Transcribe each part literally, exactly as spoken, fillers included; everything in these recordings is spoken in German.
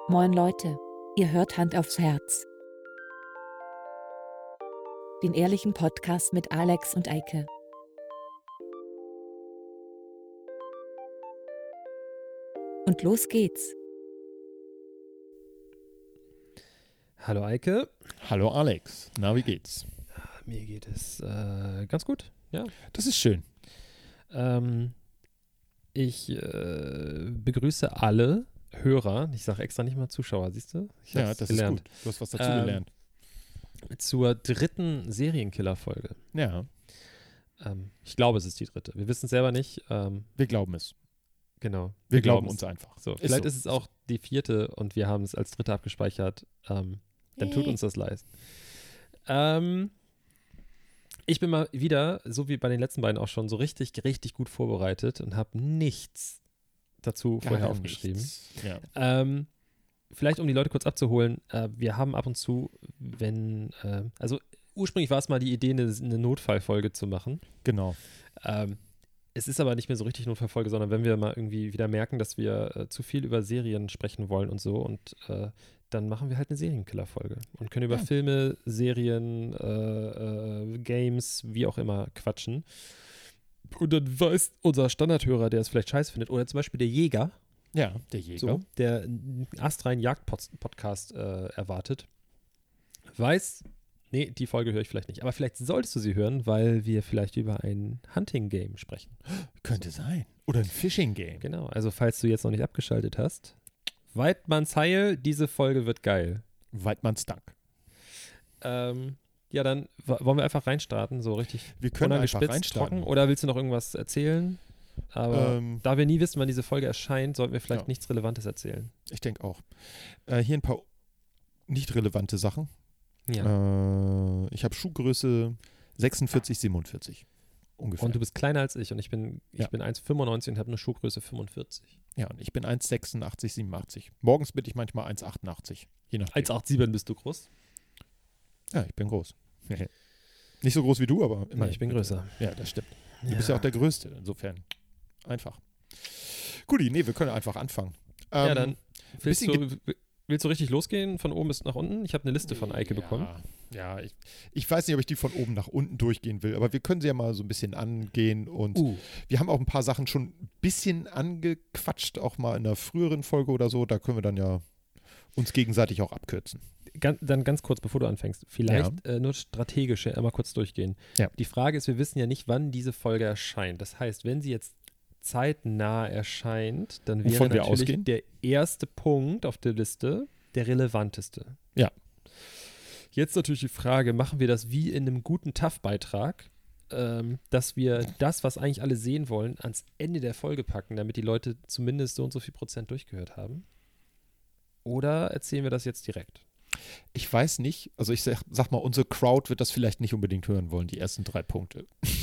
Moin Leute, ihr hört Hand aufs Herz. Den ehrlichen Podcast mit Alex und Eike. Und los geht's. Hallo Eike. Hallo Alex. Na, wie geht's? Mir geht es äh, ganz gut, ja. Das ist schön. Ähm, ich äh, begrüße alle Hörer, ich sage extra nicht mal Zuschauer, siehst du? Ich Ja, hab's das gelernt. ist gut. Du hast was dazu Ähm, gelernt. Zur dritten Serienkiller-Folge. Ja, Ähm, ich glaube, es ist die dritte. Wir wissen es selber nicht. Ähm, wir glauben es. genau. Wir, glauben glauben's. uns einfach. So, Ist vielleicht so. ist es auch die vierte und wir haben es als dritte abgespeichert. Ähm, dann tut uns das leid. Ähm, ich bin mal wieder, so wie bei den letzten beiden auch schon, so richtig, richtig gut vorbereitet und habe nichts dazu vorher Gar aufgeschrieben. nichts. Ja. Ähm, vielleicht, um die Leute kurz abzuholen, äh, wir haben ab und zu, wenn, äh, also ursprünglich war es mal die Idee, eine, eine Notfallfolge zu machen. Genau. Ähm, es ist aber nicht mehr so richtig Notfallfolge, sondern wenn wir mal irgendwie wieder merken, dass wir äh, zu viel über Serien sprechen wollen und so, und äh, dann machen wir halt eine Serienkiller-Folge und können über Ja. Filme, Serien, äh, äh, Games, wie auch immer quatschen. Und dann weiß unser Standardhörer, der es vielleicht scheiße findet, oder zum Beispiel der Jäger, Ja, der Jäger. so, der einen astreinen Jagd-Podcast äh, erwartet, weiß, nee, die Folge höre ich vielleicht nicht. Aber vielleicht solltest du sie hören, weil wir vielleicht über ein Hunting-Game sprechen. Könnte sein. Oder ein Fishing-Game. Genau, also falls du jetzt noch nicht abgeschaltet hast, Weidmanns Heil, diese Folge wird geil. Weidmanns Dank. Ähm, ja, dann w- wollen wir einfach reinstarten, so richtig Wir können einfach unangespitzt, reinstarten. trocken. Oder willst du noch irgendwas erzählen? Aber Ähm, da wir nie wissen, wann diese Folge erscheint, sollten wir vielleicht Ja. nichts Relevantes erzählen. Ich denke auch. Äh, hier ein paar nicht relevante Sachen. Ja. Äh, ich habe Schuhgröße sechsundvierzig, siebenundvierzig. Ungefähr. Und du bist kleiner als ich und ich bin, ich Ja. bin eins Komma fünfundneunzig und habe eine Schuhgröße fünfundvierzig. ja, und ich bin eins Komma sechsundachtzig, siebenundachtzig. Morgens bin ich manchmal eins Komma achtundachtzig. Je nachdem. eins Komma siebenundachtzig bist du groß? Ja, ich bin groß. Nicht so groß wie du, aber immer. Nee, ich bin größer. Ja, das stimmt. Du bist ja auch der Größte, insofern. Einfach. Guti, nee, wir können einfach anfangen. Ja, Ähm, dann willst bisschen du, willst du richtig losgehen, von oben bis nach unten? Ich habe eine Liste von Eike ja, bekommen. Ja, ich, ich weiß nicht, ob ich die von oben nach unten durchgehen will, aber wir können sie ja mal so ein bisschen angehen und Uh, wir haben auch ein paar Sachen schon ein bisschen angequatscht, auch mal in einer früheren Folge oder so, da können wir dann ja uns gegenseitig auch abkürzen. Ganz, dann ganz kurz, bevor du anfängst, vielleicht äh, nur strategisch äh, einmal kurz durchgehen. Ja. Die Frage ist, wir wissen ja nicht, wann diese Folge erscheint. Das heißt, wenn sie jetzt zeitnah erscheint, dann wäre Wovon wir natürlich ausgehen? der erste Punkt auf der Liste der relevanteste. Ja. Jetzt natürlich die Frage, machen wir das wie in einem guten T A F-Beitrag, ähm, dass wir das, was eigentlich alle sehen wollen, ans Ende der Folge packen, damit die Leute zumindest so und so viel Prozent durchgehört haben? Oder erzählen wir das jetzt direkt? Ich weiß nicht, also ich sag, sag mal, unsere Crowd wird das vielleicht nicht unbedingt hören wollen, die ersten drei Punkte.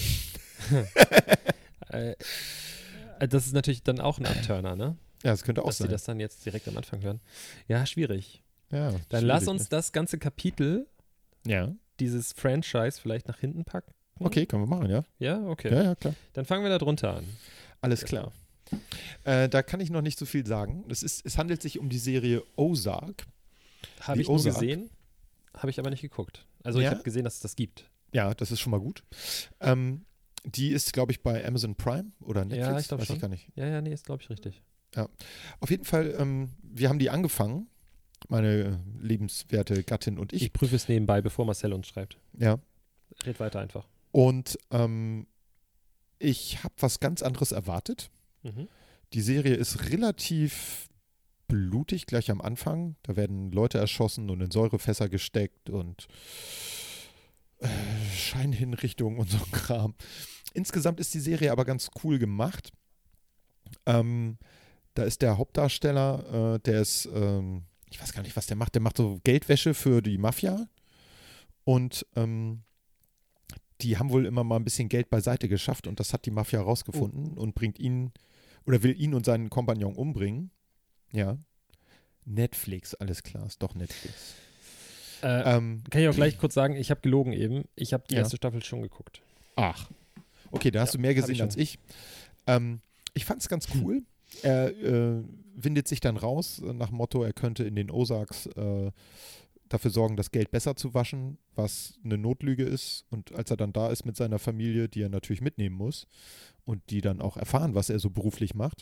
Äh, das ist natürlich dann auch ein Abturner, ne? Ja, das könnte auch Dass sie sein. das dann jetzt direkt am Anfang hören. Ja, schwierig. ja, Dann schwierig, lass uns ne? das ganze Kapitel, Ja, dieses Franchise vielleicht nach hinten packen. okay, können wir machen, ja? Ja, okay. Ja, ja, klar. Dann fangen wir da drunter an. Alles klar. Äh, da kann ich noch nicht so viel sagen. Es, ist, es handelt sich um die Serie Ozark. Habe Die ich nur Ozark. gesehen, habe ich aber nicht geguckt. Also ich Ja? habe gesehen, dass es das gibt. Ja, das ist schon mal gut. Ähm, die ist, glaube ich, bei Amazon Prime oder Netflix. Ja, ich glaub Weiß schon. ich gar nicht. Ja, ja, nee, ist glaube ich richtig. Auf jeden Fall, ähm, wir haben die angefangen, meine liebenswerte Gattin und Ich, ich. prüfe es nebenbei, bevor Marcel uns schreibt. Ja. Red weiter einfach. Und ähm, ich habe was ganz anderes erwartet. Mhm. Die Serie ist relativ blutig gleich am Anfang. Da werden Leute erschossen und in Säurefässer gesteckt und äh, Scheinhinrichtungen und so ein Kram. Insgesamt ist die Serie aber ganz cool gemacht. Ähm, da ist der Hauptdarsteller, äh, der ist, ähm, ich weiß gar nicht, was der macht. Der macht so Geldwäsche für die Mafia. Und ähm, die haben wohl immer mal ein bisschen Geld beiseite geschafft und das hat die Mafia rausgefunden und bringt ihn oder will ihn und seinen Kompagnon umbringen. Ja. Netflix, alles klar, ist doch Netflix. Äh, Ähm, kann ich auch gleich kurz sagen, ich habe gelogen eben. Ich habe die Ja. erste Staffel schon geguckt. ach. Okay, da hast Ja, du mehr hab ich gesehen schon. als ich. Ähm, ich fand es ganz cool. er äh, windet sich dann raus, äh, nach dem Motto, er könnte in den Ozarks äh, dafür sorgen, das Geld besser zu waschen, was eine Notlüge ist. Und als er dann da ist mit seiner Familie, die er natürlich mitnehmen muss und die dann auch erfahren, was er so beruflich macht,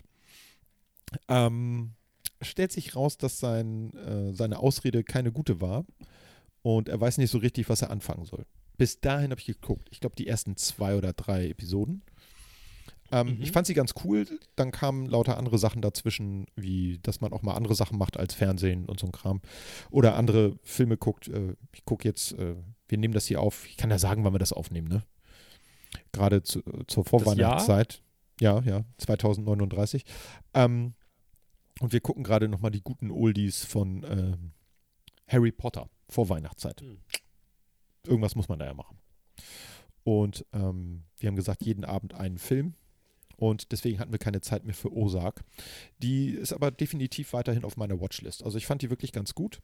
ähm, stellt sich raus, dass sein, äh, seine Ausrede keine gute war und er weiß nicht so richtig, was er anfangen soll. Bis dahin habe ich geguckt. Ich glaube, die ersten zwei oder drei Episoden. Ähm, Mhm. Ich fand sie ganz cool. Dann kamen lauter andere Sachen dazwischen, wie dass man auch mal andere Sachen macht als Fernsehen und so ein Kram. Oder andere Filme guckt. Äh, ich gucke jetzt, äh, wir nehmen das hier auf. Ich kann ja sagen, wann wir das aufnehmen, ne? Gerade zu, zur Vorweihnachtszeit. Ja, ja, zweitausendneununddreißig. Ähm, und wir gucken gerade nochmal die guten Oldies von ähm, Harry Potter. Vorweihnachtszeit. Mhm. Irgendwas muss man da ja machen. Und ähm, wir haben gesagt, jeden Abend einen Film. Und deswegen hatten wir keine Zeit mehr für Ozark. Die ist aber definitiv weiterhin auf meiner Watchlist. Also ich fand die wirklich ganz gut.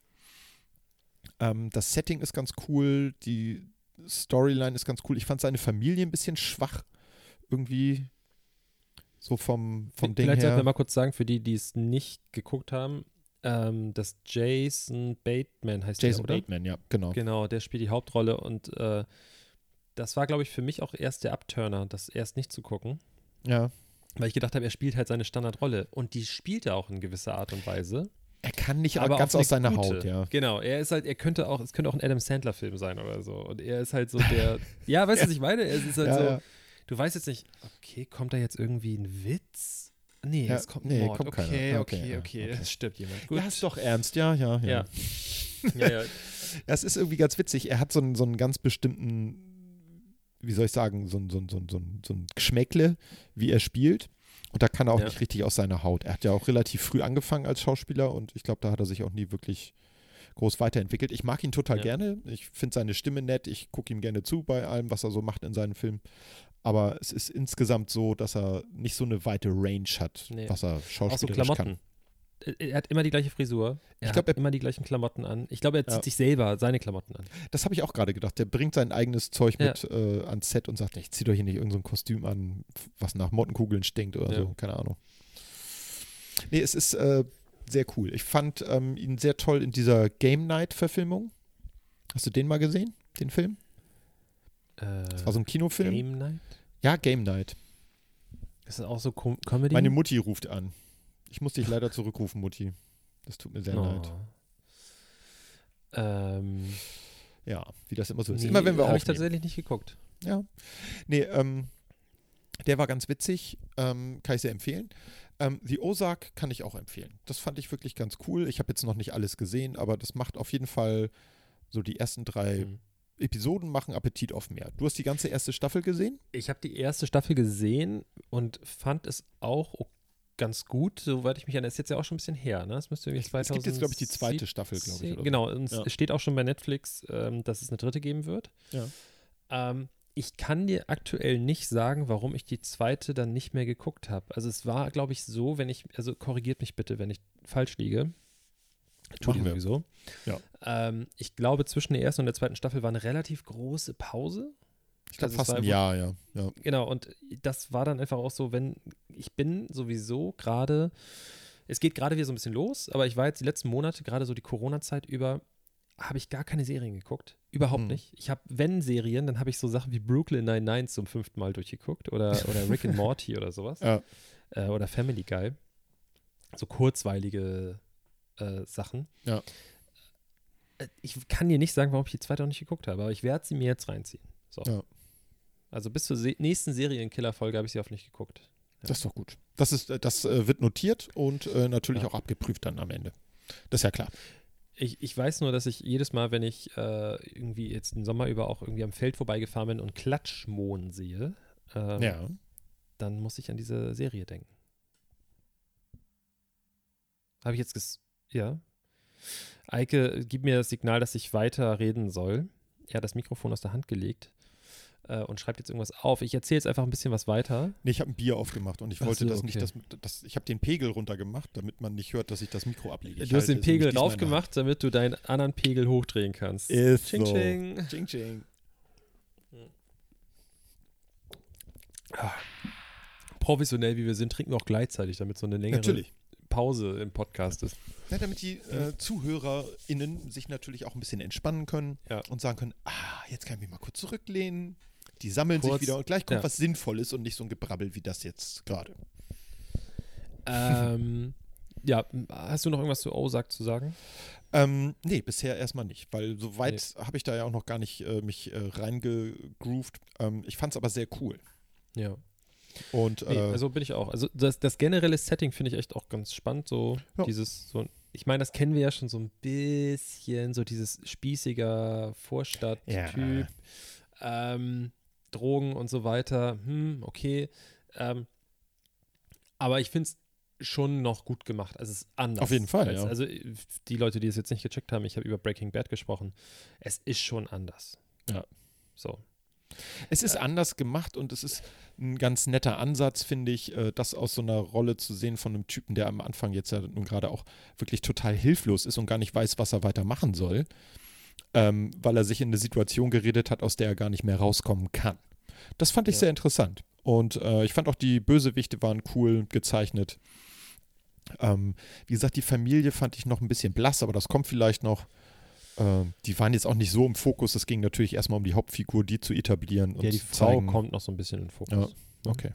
Ähm, das Setting ist ganz cool. Die Storyline ist ganz cool. Ich fand seine Familie ein bisschen schwach. Irgendwie so vom, vom Ding Vielleicht sollten wir her. mal kurz sagen, für die, die es nicht geguckt haben, ähm, dass Jason Bateman heißt Jason der, oder? Bateman, ja, genau. Genau, der spielt die Hauptrolle und äh, das war, glaube ich, für mich auch erst der Upturner, das erst nicht zu gucken. Ja. Weil ich gedacht habe, er spielt halt seine Standardrolle. Und die spielt er auch in gewisser Art und Weise. Er kann nicht Aber ganz auf eine aus seiner gute. Haut, ja. Genau, er ist halt, er könnte auch, es könnte auch ein Adam Sandler-Film sein oder so. Und er ist halt so der, ja, weißt du, was ich meine? Er ist halt Ja, so, ja. du weißt jetzt nicht, okay, kommt da jetzt irgendwie ein Witz? Nee, Ja, es kommt ein nee, Mord. kommt okay, keiner. okay, Okay, okay, ja, okay, okay. es stirbt jemand. Gut. Ja, ist doch ernst, ja, ja, ja. Ja. Ja, ja. Das ist irgendwie ganz witzig. Er hat so einen, so einen ganz bestimmten, wie soll ich sagen, so ein, so ein, so ein, so ein, so ein Geschmäckle, wie er spielt. Und da kann er auch Ja. nicht richtig aus seiner Haut. Er hat ja auch relativ früh angefangen als Schauspieler und ich glaube, da hat er sich auch nie wirklich groß weiterentwickelt. Ich mag ihn total Ja. gerne. Ich finde seine Stimme nett. Ich gucke ihm gerne zu bei allem, was er so macht in seinen Filmen. Aber es ist insgesamt so, dass er nicht so eine weite Range hat, Nee. was er Auch so schauspielerisch Klamotten. kann. Er hat immer die gleiche Frisur. Er Ich glaub, hat er- immer die gleichen Klamotten an. Ich glaube, er zieht Ja. sich selber seine Klamotten an. Das habe ich auch gerade gedacht. Der bringt sein eigenes Zeug Ja. mit äh, ans Set und sagt, ich zieh doch hier nicht irgendein so ein Kostüm an, was nach Mottenkugeln stinkt oder Ja. so. Keine Ahnung. Nee, es ist äh, sehr cool. Ich fand ähm, ihn sehr toll in dieser Game Night-Verfilmung. Hast du den mal gesehen, den Film? Äh, Das war so ein Kinofilm. Game Night? Ja, Game Night. Ist das auch so Com Comedy? Meine Mutti ruft an. Ich muss dich leider zurückrufen, Mutti. Das tut mir sehr oh. leid. Ähm, Ja, wie das immer so ist. nee, Immer wenn wir habe ich aufnehmen. tatsächlich nicht geguckt. Ja. Nee, ähm, der war ganz witzig, ähm, kann ich sehr empfehlen. Ähm, The Ozark kann ich auch empfehlen. Das fand ich wirklich ganz cool. Ich habe jetzt noch nicht alles gesehen, aber das macht auf jeden Fall so die ersten drei Mhm. Episoden machen Appetit auf mehr. Du hast die ganze erste Staffel gesehen? Ich habe die erste Staffel gesehen und fand es auch o- ganz gut, soweit ich mich erinnere. Ist jetzt ja auch schon ein bisschen her, ne? Das müsste irgendwie Es gibt jetzt, glaube ich, die zweite Staffel, glaube ich. zweitausendsiebzehn Oder so. Genau, und Ja. es steht auch schon bei Netflix, ähm, dass es eine dritte geben wird. Ja. Ähm, ich kann dir aktuell nicht sagen, warum ich die zweite dann nicht mehr geguckt habe. Also es war, glaube ich, so, wenn ich, also korrigiert mich bitte, wenn ich falsch liege. Tut Machen ihr wir. sowieso. Ja. Ähm, ich glaube, zwischen der ersten und der zweiten Staffel war eine relativ große Pause. Ich glaube Also es fast war ein wohl- Jahr, ja. ja. Genau, und das war dann einfach auch so, wenn, ich bin sowieso gerade, es geht gerade wieder so ein bisschen los, aber ich war jetzt die letzten Monate, gerade so die Corona-Zeit über, habe ich gar keine Serien geguckt. Überhaupt Hm. nicht. Ich habe, wenn Serien, dann habe ich so Sachen wie Brooklyn Nine-Nine zum fünften Mal durchgeguckt oder, oder Rick and Morty oder sowas. Ja. Äh, oder Family Guy. So kurzweilige äh, Sachen. Ja. Äh, Ich kann dir nicht sagen, warum ich die zweite noch nicht geguckt habe, aber ich werde sie mir jetzt reinziehen. So. Ja. Also bis zur se nächsten Serienkiller-Folge habe ich sie auf nicht geguckt. Das ist doch gut. Das, ist, äh, das äh, wird notiert und äh, natürlich Ja. auch abgeprüft dann am Ende. Das ist ja klar. Ich, ich weiß nur, dass ich jedes Mal, wenn ich äh, irgendwie jetzt den Sommer über auch irgendwie am Feld vorbeigefahren bin und Klatschmohn sehe, ähm, Ja. dann muss ich an diese Serie denken. Habe ich jetzt ges... Ja. Eike, gib mir das Signal, dass ich weiter reden soll. Er hat das Mikrofon aus der Hand gelegt äh, und schreibt jetzt irgendwas auf. Ich erzähle jetzt einfach ein bisschen was weiter. Nee, ich habe ein Bier aufgemacht und ich Ach wollte so, das nicht, okay. das, das, ich habe den Pegel runtergemacht, damit man nicht hört, dass ich das Mikro ablege. Ich Du hast halte den es Pegel nämlich diesmal drauf in der gemacht, damit du deinen anderen Pegel hochdrehen kannst. Hand. Ist Ching, so. ching. Ching, ching. professionell wie wir sind, trinken wir auch gleichzeitig, damit so eine längere Natürlich. Pause im Podcast ist. Ja, damit die äh, ZuhörerInnen sich natürlich auch ein bisschen entspannen können Ja. und sagen können, ah, jetzt kann ich mich mal kurz zurücklehnen. Die sammeln Kurz, sich wieder und gleich kommt ja. was Sinnvolles und nicht so ein Gebrabbel wie das jetzt gerade. ähm, ja, hast du noch irgendwas zu Ozark zu sagen? Ähm, nee, bisher erstmal nicht, weil so weit habe ich da ja auch noch gar nicht äh, mich äh, reingegroovt. Ähm, ich fand es aber sehr cool. Ja. Und Nee, äh, also bin ich auch. Also das, das generelle Setting finde ich echt auch ganz spannend. So Ja. dieses, so, ich meine, das kennen wir ja schon so ein bisschen, so dieses spießiger Vorstadt-Typ, ähm, Drogen und so weiter. Hm, okay. Ähm, aber ich finde es schon noch gut gemacht. Also es ist anders. Auf jeden Fall, als, ja. Also die Leute, die es jetzt nicht gecheckt haben, ich habe über Breaking Bad gesprochen. Es ist schon anders. Ja. So. es ist äh, anders gemacht und es ist ein ganz netter Ansatz, finde ich, äh, das aus so einer Rolle zu sehen von einem Typen, der am Anfang jetzt ja nun gerade auch wirklich total hilflos ist und gar nicht weiß, was er weiter machen soll, ähm, weil er sich in eine Situation geredet hat, aus der er gar nicht mehr rauskommen kann. Das fand ich Ja. sehr interessant. Und äh, ich fand auch, die Bösewichte waren cool gezeichnet. Ähm, wie gesagt, die Familie fand ich noch ein bisschen blass, aber das kommt vielleicht noch. Ähm, die waren jetzt auch nicht so im Fokus. Es ging natürlich erstmal um die Hauptfigur, die zu etablieren und Ja, die zu Frau zeigen. kommt noch so ein bisschen in den Fokus. Ja. Okay.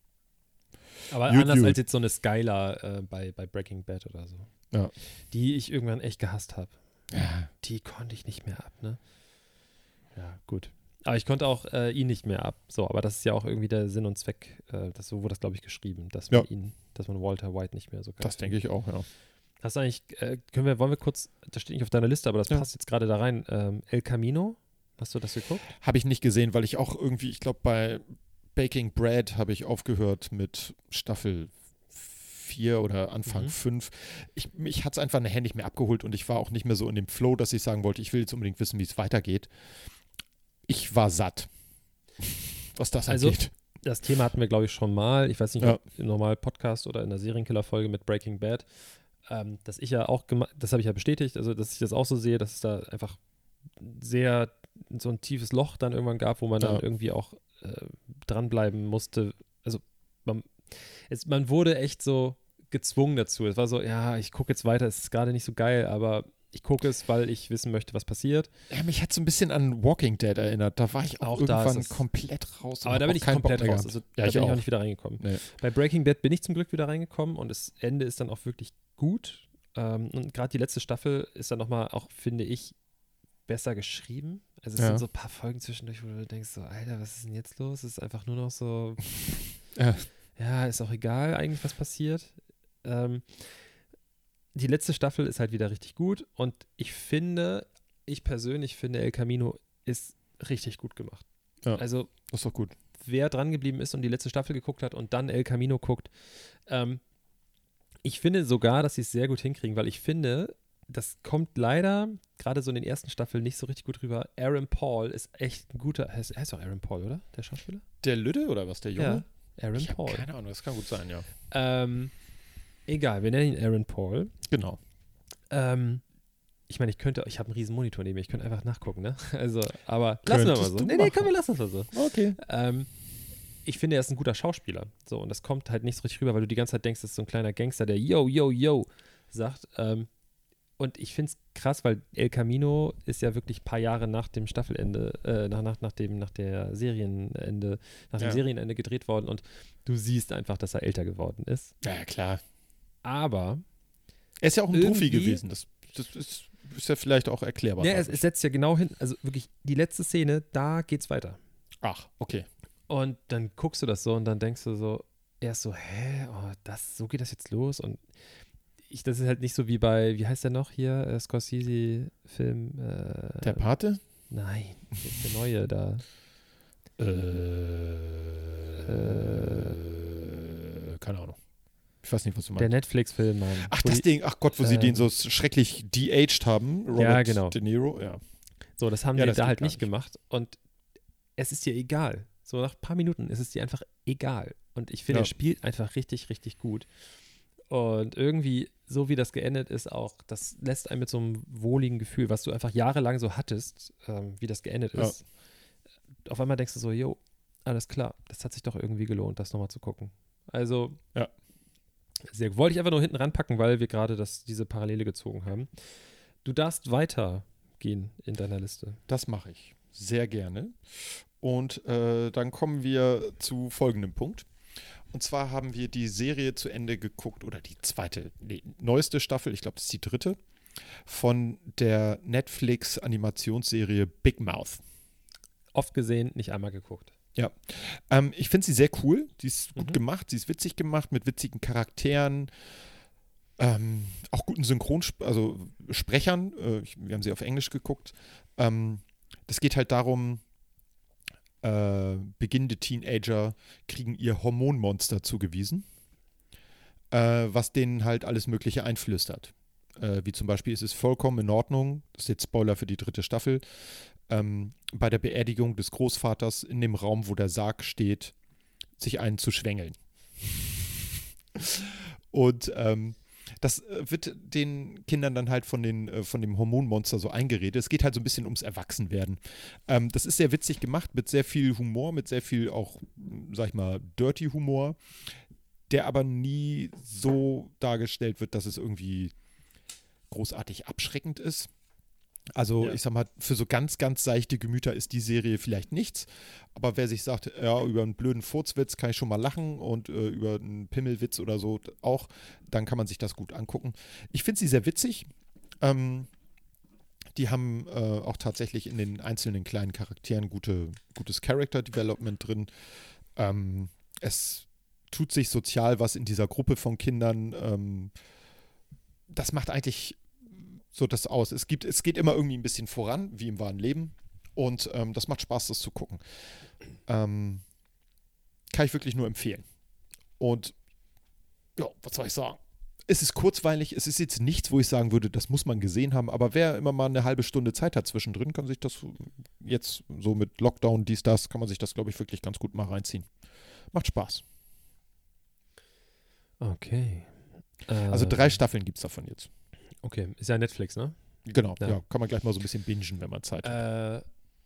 Aber Gut, anders gut. als jetzt so eine Skylar äh, bei, bei Breaking Bad oder so. Ja. Die ich irgendwann echt gehasst habe. Ja. Die konnte ich nicht mehr ab, ne? Ja, gut. Aber ich konnte auch äh, ihn nicht mehr ab. So, aber das ist ja auch irgendwie der Sinn und Zweck. Äh, das, so wurde das, glaube ich, geschrieben, dass man Ja. ihn, dass man Walter White nicht mehr so geil Das denke ich auch, ja. Hast du eigentlich, äh, können wir, wollen wir kurz, das steht nicht auf deiner Liste, aber das Ja. passt jetzt gerade da rein. Ähm, El Camino, hast du das geguckt? Habe ich nicht gesehen, weil ich auch irgendwie, ich glaube, bei Baking Bread habe ich aufgehört mit Staffel vier oder Anfang Mhm. fünf. Ich, mich hat es einfach nachher nicht mehr abgeholt und ich war auch nicht mehr so in dem Flow, dass ich sagen wollte, ich will jetzt unbedingt wissen, wie es weitergeht. Ich war satt, was das Also, angeht. Das Thema hatten wir, glaube ich, schon mal. Ich weiß nicht, Ja. ob im normalen Podcast oder in der Serienkiller-Folge mit Breaking Bad. Ähm, dass ich ja auch, gema- das habe ich ja bestätigt, also dass ich das auch so sehe, dass es da einfach sehr so ein tiefes Loch dann irgendwann gab, wo man dann Ja. irgendwie auch äh, dranbleiben musste. Also man, es, man wurde echt so gezwungen dazu. Es war so, ja, ich gucke jetzt weiter, es ist gerade nicht so geil, aber ich gucke es, weil ich wissen möchte, was passiert. Ja, mich hat so ein bisschen an Walking Dead erinnert. Da war ich auch, Auch da irgendwann ist es- komplett raus. und Aber hab da bin auch ich keinen Bock komplett mehr raus. gehabt. Also, Ja, da ich bin ich auch. auch nicht wieder reingekommen. Nee. Bei Breaking Bad bin ich zum Glück wieder reingekommen und das Ende ist dann auch wirklich gut. Ähm, und gerade die letzte Staffel ist dann nochmal auch, finde ich, besser geschrieben. Also es Ja. sind so ein paar Folgen zwischendurch, wo du denkst so, Alter, was ist denn jetzt los? Es ist einfach nur noch so, Ja. ja, ist auch egal eigentlich, was passiert. Ähm, die letzte Staffel ist halt wieder richtig gut und ich finde, ich persönlich finde, El Camino ist richtig gut gemacht. Ja. Also Das ist doch gut. wer dran geblieben ist und die letzte Staffel geguckt hat und dann El Camino guckt, ähm, ich finde sogar, dass sie es sehr gut hinkriegen, weil ich finde, das kommt leider gerade so in den ersten Staffeln nicht so richtig gut rüber. Aaron Paul ist echt ein guter, er heißt doch Aaron Paul, oder? Der Schauspieler? Der Lüde oder was, der Junge? Ja, Aaron Ich habe Paul. keine Ahnung, das kann gut sein, ja. Ähm, egal, wir nennen ihn Aaron Paul. Genau. Ähm, ich meine, ich könnte, ich habe einen riesen Monitor neben mir, ich könnte einfach nachgucken, ne? Also, aber lassen wir mal Könntest so. du Nee, nee, machen. komm, wir lassen es mal so. Okay. Ähm, ich finde, er ist ein guter Schauspieler. So, und das kommt halt nicht so richtig rüber, weil du die ganze Zeit denkst, das ist so ein kleiner Gangster, der yo, yo, yo sagt. Ähm, und ich finde es krass, weil El Camino ist ja wirklich ein paar Jahre nach dem Staffelende, äh, nach, nach, nach dem, nach der Serienende, nach dem Ja. Serienende gedreht worden und du siehst einfach, dass er älter geworden ist. Ja, klar. Aber Er ist ja auch ein Profi Irgendwie- gewesen. Das, das ist, ist ja vielleicht auch erklärbar. ja, es, dadurch. es setzt ja genau hin, also wirklich die letzte Szene, da geht's weiter. Ach, okay. Und dann guckst du das so und dann denkst du so, erst so, hä, oh, das, so geht das jetzt los? Und ich, das ist halt nicht so wie bei, wie heißt der noch hier, äh, Scorsese-Film? Äh, Der Pate? Nein, jetzt der neue da. Äh, keine Ahnung. Ich weiß nicht, was du Der meinst. Netflix-Film, Mann. Ach, Wo das die- Ding. Ach Gott, wo sie ähm, den so schrecklich de-aged haben. Robert Ja, genau. De Niro, ja. So, das haben Ja, die das da geht halt gar nicht nicht. gemacht. Und es ist dir egal. So nach ein paar Minuten ist es dir einfach egal. Und ich finde, Ja. er spielt einfach richtig, richtig gut. Und irgendwie, so wie das geendet ist, auch, das lässt einen mit so einem wohligen Gefühl, was du einfach jahrelang so hattest, ähm, wie das geendet Ja. ist. Auf einmal denkst du so, jo, alles klar, das hat sich doch irgendwie gelohnt, das nochmal zu gucken. Also, Ja. sehr, wollte ich einfach nur hinten ranpacken, weil wir gerade das, diese Parallele gezogen haben. Du darfst weitergehen in deiner Liste. Das mache ich sehr gerne. Und äh, dann kommen wir zu folgendem Punkt. Und zwar haben wir die Serie zu Ende geguckt, oder die zweite, nee, neueste Staffel, ich glaube, das ist die dritte, von der Netflix-Animationsserie Big Mouth. Oft gesehen, nicht einmal geguckt. Ja, ähm, ich finde sie sehr cool. Sie ist gut Mhm. gemacht, sie ist witzig gemacht, mit witzigen Charakteren, ähm, auch guten Synchron, also Sprechern. Äh, ich, wir haben sie auf Englisch geguckt. Ähm, das geht halt darum, äh, beginnende Teenager kriegen ihr Hormonmonster zugewiesen, äh, was denen halt alles Mögliche einflüstert. Äh, wie zum Beispiel ist es vollkommen in Ordnung, das ist jetzt Spoiler für die dritte Staffel, ähm, bei der Beerdigung des Großvaters in dem Raum, wo der Sarg steht, sich einen zu schwängeln. Und ähm, das äh, wird den Kindern dann halt von, den, äh, von dem Hormonmonster so eingeredet. Es geht halt so ein bisschen ums Erwachsenwerden. Ähm, das ist sehr witzig gemacht, mit sehr viel Humor, mit sehr viel auch, sag ich mal, Dirty Humor, der aber nie so dargestellt wird, dass es irgendwie großartig abschreckend ist. Also Ja. ich sag mal, für so ganz, ganz seichte Gemüter ist die Serie vielleicht nichts. Aber wer sich sagt, ja, über einen blöden Furzwitz kann ich schon mal lachen und äh, über einen Pimmelwitz oder so auch, dann kann man sich das gut angucken. Ich finde sie sehr witzig. Ähm, die haben äh, auch tatsächlich in den einzelnen kleinen Charakteren gute, gutes Character Development drin. Ähm, es tut sich sozial was in dieser Gruppe von Kindern. Ähm, das macht eigentlich so das aus. Es gibt, es geht immer irgendwie ein bisschen voran, wie im wahren Leben. Und ähm, das macht Spaß, das zu gucken. Ähm, kann ich wirklich nur empfehlen. Und ja, was soll ich sagen? Es ist kurzweilig, es ist jetzt nichts, wo ich sagen würde, das muss man gesehen haben, aber wer immer mal eine halbe Stunde Zeit hat zwischendrin, kann sich das jetzt so mit Lockdown, dies, das, kann man sich das, glaube ich, wirklich ganz gut mal reinziehen. Macht Spaß. Okay. Also Ähm, drei Staffeln gibt es davon jetzt. Okay, ist ja Netflix, ne? Genau, ja. Ja. Kann man gleich mal so ein bisschen bingen, wenn man Zeit hat. Äh,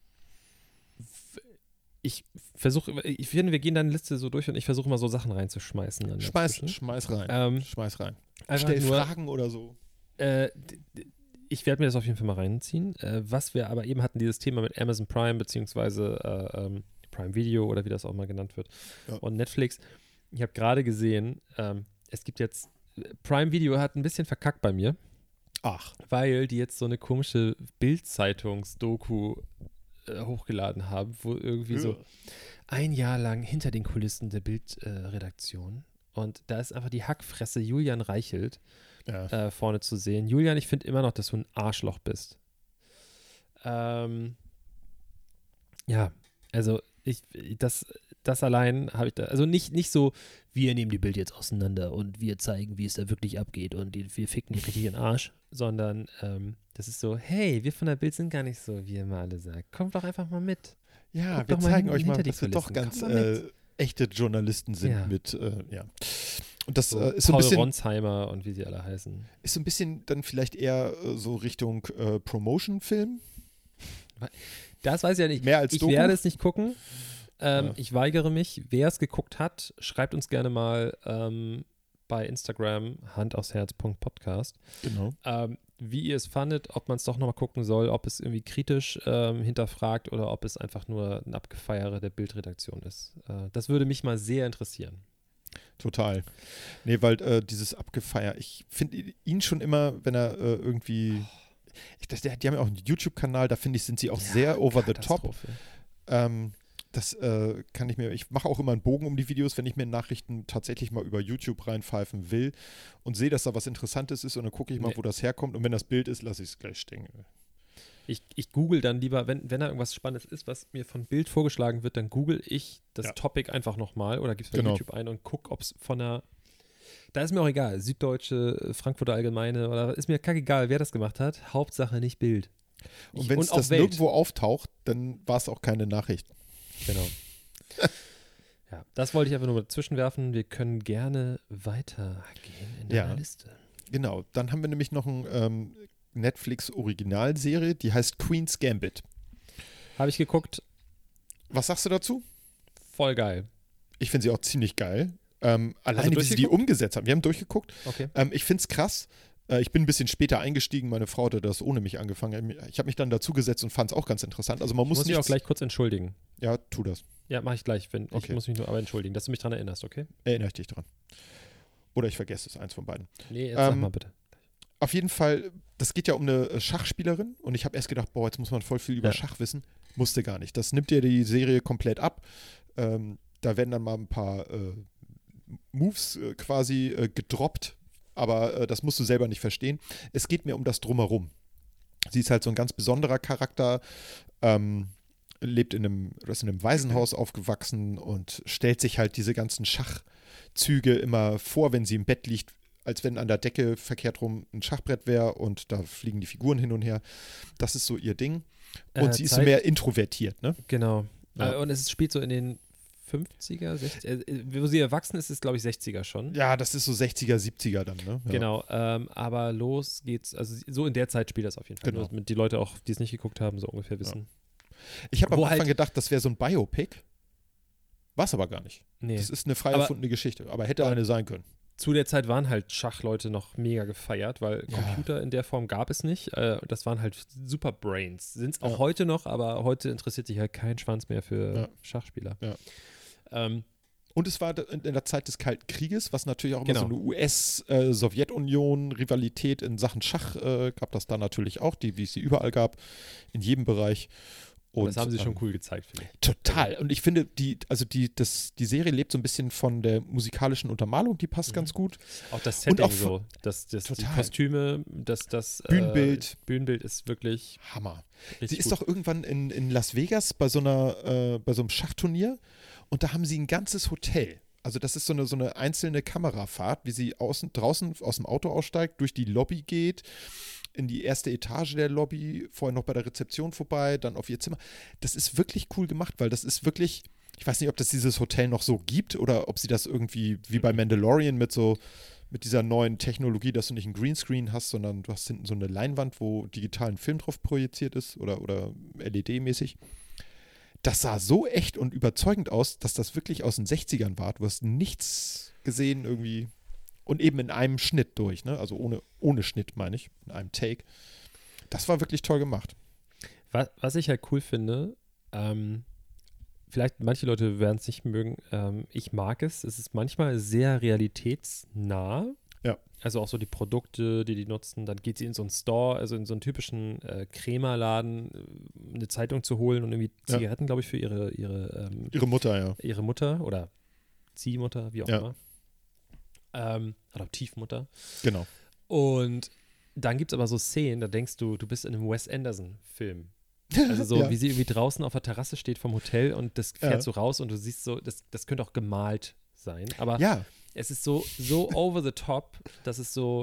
f- ich versuche, ich finde, wir gehen deine Liste so durch und ich versuche mal so Sachen reinzuschmeißen. dann Schmeiß, dazwischen. schmeiß rein. Ähm, Schmeiß rein. einfach Stell nur, Fragen oder so. Äh, d- d- ich werde mir das auf jeden Fall mal reinziehen. Äh, was wir aber eben hatten, dieses Thema mit Amazon Prime, beziehungsweise äh, ähm, Prime Video oder wie das auch mal genannt wird, Ja. und Netflix. Ich habe gerade gesehen, ähm, es gibt jetzt, Prime Video hat ein bisschen verkackt bei mir, Ach. weil die jetzt so eine komische Bild-Zeitungs-Doku äh, hochgeladen haben, wo irgendwie so ein Jahr lang hinter den Kulissen der Bild-Redaktion und da ist einfach die Hackfresse Julian Reichelt Ja. äh, vorne zu sehen. Julian, ich finde immer noch, dass du ein Arschloch bist. Ähm, ja, also ich, das, das allein habe ich da, also nicht, nicht so, wir nehmen die Bild jetzt auseinander und wir zeigen, wie es da wirklich abgeht und die, wir ficken die richtig in den Arsch, sondern ähm, das ist so, hey, wir von der Bild sind gar nicht so, wie ihr mal alle sagt. Kommt doch einfach mal mit. Ja, Guck wir doch mal zeigen hin- euch mal, hinter die dass wir doch Kulissen. ganz Komm mal mit. äh, echte Journalisten sind Ja. mit, äh, ja. Und das So, äh, ist so ein Paul bisschen, Ronsheimer und wie sie alle heißen. ist so ein bisschen dann vielleicht eher äh, so Richtung äh, Promotion-Film. Das weiß ich ja nicht. Mehr als ich Doku? werde es nicht gucken. Ähm, Ja. Ich weigere mich. Wer es geguckt hat, schreibt uns gerne mal ähm, bei Instagram handaufsherz.podcast, Genau. ähm, wie ihr es fandet, ob man es doch nochmal gucken soll, ob es irgendwie kritisch ähm, hinterfragt oder ob es einfach nur ein Abgefeiere der Bildredaktion ist. Äh, das würde mich mal sehr interessieren. Total. Nee, weil äh, dieses Abgefeier, ich finde ihn schon immer, wenn er äh, irgendwie, ich, das, die haben ja auch einen YouTube-Kanal, da finde ich, sind sie auch sehr over the top. Katastrophe. Ähm, das äh, kann ich mir, ich mache auch immer einen Bogen um die Videos, wenn ich mir Nachrichten tatsächlich mal über YouTube reinpfeifen will und sehe, dass da was Interessantes ist und dann gucke ich mal, Nee. wo das herkommt und wenn das Bild ist, lasse ich es gleich stehen. Ich, ich google dann lieber, wenn, wenn da irgendwas Spannendes ist, was mir von Bild vorgeschlagen wird, dann google ich das Ja. Topic einfach nochmal oder gib's bei Genau. YouTube ein und guck, ob es von der, da ist mir auch egal, Süddeutsche, Frankfurter Allgemeine oder ist mir kackegal, wer das gemacht hat, Hauptsache nicht Bild. Und Ich- wenn es auch das Welt. nirgendwo auftaucht, dann war es auch keine Nachricht. Genau. Ja, das wollte ich einfach nur mal zwischenwerfen. Wir können gerne weitergehen in der Ja. Liste. Genau, dann haben wir nämlich noch eine ähm, Netflix-Originalserie, die heißt Queen's Gambit. Habe ich geguckt, Was sagst du dazu? voll geil. Ich finde sie auch ziemlich geil. Ähm, alleine, wie sie die durchgeguckt? umgesetzt haben. Wir haben durchgeguckt. Okay. Ähm, ich finde es krass. Äh, ich bin ein bisschen später eingestiegen. Meine Frau hatte das ohne mich angefangen. Ich habe mich dann dazugesetzt und fand es auch ganz interessant. Also man Ich muss, muss mich nichts- auch gleich kurz entschuldigen. Ja, tu das. Ja, mache ich gleich. Wenn, Okay. Ich muss mich nur aber entschuldigen, dass du mich daran erinnerst, okay? Erinnere ich dich dran. Oder ich vergesse es, eins von beiden. Nee, jetzt sag Ähm, mal bitte. Auf jeden Fall, das geht ja um eine äh, Schachspielerin und ich habe erst gedacht, boah, jetzt muss man voll viel über Ja. Schach wissen. Musste gar nicht. Das nimmt dir die Serie komplett ab. Ähm, da werden dann mal ein paar äh, Moves äh, quasi äh, gedroppt, aber äh, das musst du selber nicht verstehen. Es geht mir um das Drumherum. Sie ist halt so ein ganz besonderer Charakter, ähm, lebt in einem, ist in einem Waisenhaus aufgewachsen und stellt sich halt diese ganzen Schachzüge immer vor, wenn sie im Bett liegt, als wenn an der Decke verkehrt rum ein Schachbrett wäre und da fliegen die Figuren hin und her. Das ist so ihr Ding. Und Äh, sie ist so Zeit- mehr introvertiert, ne? Genau. Ja. Äh, und es spielt so in den fünfziger, sechziger, äh, wo sie erwachsen ist, ist glaube ich sechziger schon. Ja, das ist so sechziger, siebziger dann, ne? Ja. Genau, ähm, aber los geht's, also so in der Zeit spielt das auf jeden Fall. Genau. Nur damit die Leute auch, die es nicht geguckt haben, so ungefähr wissen. Ich habe am Wo Anfang halt- gedacht, das wäre so ein Biopic. War es aber gar nicht. Nee. Das ist eine frei Aber- erfundene Geschichte, aber hätte eine sein können. Zu der Zeit waren halt Schachleute noch mega gefeiert, weil Ja. Computer in der Form gab es nicht. Äh, das waren halt super Brains. Sind es auch Ja. heute noch, aber heute interessiert sich halt kein Schwanz mehr für Ja. Schachspieler. Ja. Ähm, Und es war in der Zeit des Kalten Krieges, was natürlich auch immer Genau. so eine U S-Sowjetunion-Rivalität in Sachen Schach äh, gab das da natürlich auch, die, wie es sie überall gab, in jedem Bereich. und Und das haben sie schon ähm, cool gezeigt, finde ich. Total. Und ich finde, die, also die, das, die Serie lebt so ein bisschen von der musikalischen Untermalung, die passt Mhm. ganz gut. Auch das Und Setting auch so, das, das, die Total. Kostüme, das, das Bühnenbild. Äh, Bühnenbild ist wirklich Hammer. richtig Sie ist gut. doch irgendwann in, in Las Vegas bei so einer, äh, bei so einem Schachturnier und da haben sie ein ganzes Hotel. Also das ist so eine, so eine einzelne Kamerafahrt, wie sie außen, draußen aus dem Auto aussteigt, durch die Lobby geht, in die erste Etage der Lobby, vorher noch bei der Rezeption vorbei, dann auf ihr Zimmer. Das ist wirklich cool gemacht, weil das ist wirklich, ich weiß nicht, ob das dieses Hotel noch so gibt oder ob sie das irgendwie wie bei Mandalorian mit so, mit dieser neuen Technologie, dass du nicht einen Greenscreen hast, sondern du hast hinten so eine Leinwand, wo digitalen Film drauf projiziert ist oder, oder L E D-mäßig. Das sah so echt und überzeugend aus, dass das wirklich aus den sechzigern war. Du hast nichts gesehen irgendwie und eben in einem Schnitt durch, ne? Also ohne, ohne Schnitt, meine ich, in einem Take. Das war wirklich toll gemacht. Was, was ich halt cool finde, ähm, vielleicht manche Leute werden es nicht mögen, ähm, ich mag es. Es ist manchmal sehr realitätsnah. Ja. Also auch so die Produkte, die die nutzen. Dann geht sie in so einen Store, also in so einen typischen äh, Krämerladen, äh, eine Zeitung zu holen und irgendwie Ja. Zigaretten, glaube ich, für ihre, ihre, ähm, Ihre Mutter, ja. ihre Mutter oder Ziehmutter, wie auch Ja. immer. Ähm, Adoptivmutter. Genau. Und dann gibt es aber so Szenen, da denkst du, du bist in einem Wes Anderson-Film. Also so, Ja. wie sie irgendwie draußen auf der Terrasse steht vom Hotel und das fährt Ja. so raus und du siehst so, das, das könnte auch gemalt sein. Aber Ja, es ist so, so over the top, dass es so,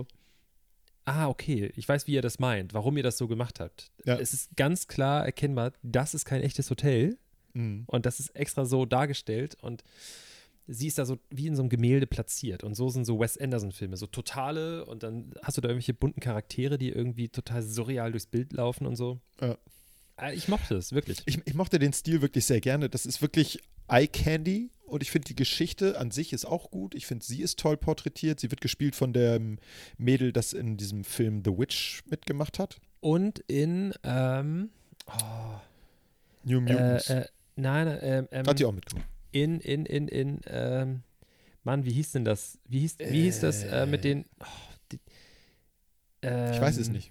ah, okay, ich weiß, wie ihr das meint, warum ihr das so gemacht habt. Ja. Es ist ganz klar erkennbar, das ist kein echtes Hotel mhm. und das ist extra so dargestellt und sie ist da so wie in so einem Gemälde platziert. Und so sind so Wes Anderson-Filme, so totale und dann hast du da irgendwelche bunten Charaktere, die irgendwie total surreal durchs Bild laufen und so. Ja. Äh, Ich mochte es, wirklich. Ich, ich mochte den Stil wirklich sehr gerne. Das ist wirklich Eye Candy und ich finde die Geschichte an sich ist auch gut. Ich finde, sie ist toll porträtiert. Sie wird gespielt von dem Mädel, das in diesem Film The Witch mitgemacht hat. Und in, ähm, oh, New äh, Mutants. äh, nein, ähm, ähm, hat die auch mitgemacht. in, in, in, in, ähm, Mann, wie hieß denn das? Wie hieß, wie hieß das äh, mit den, oh, die, ähm, Ich weiß es nicht.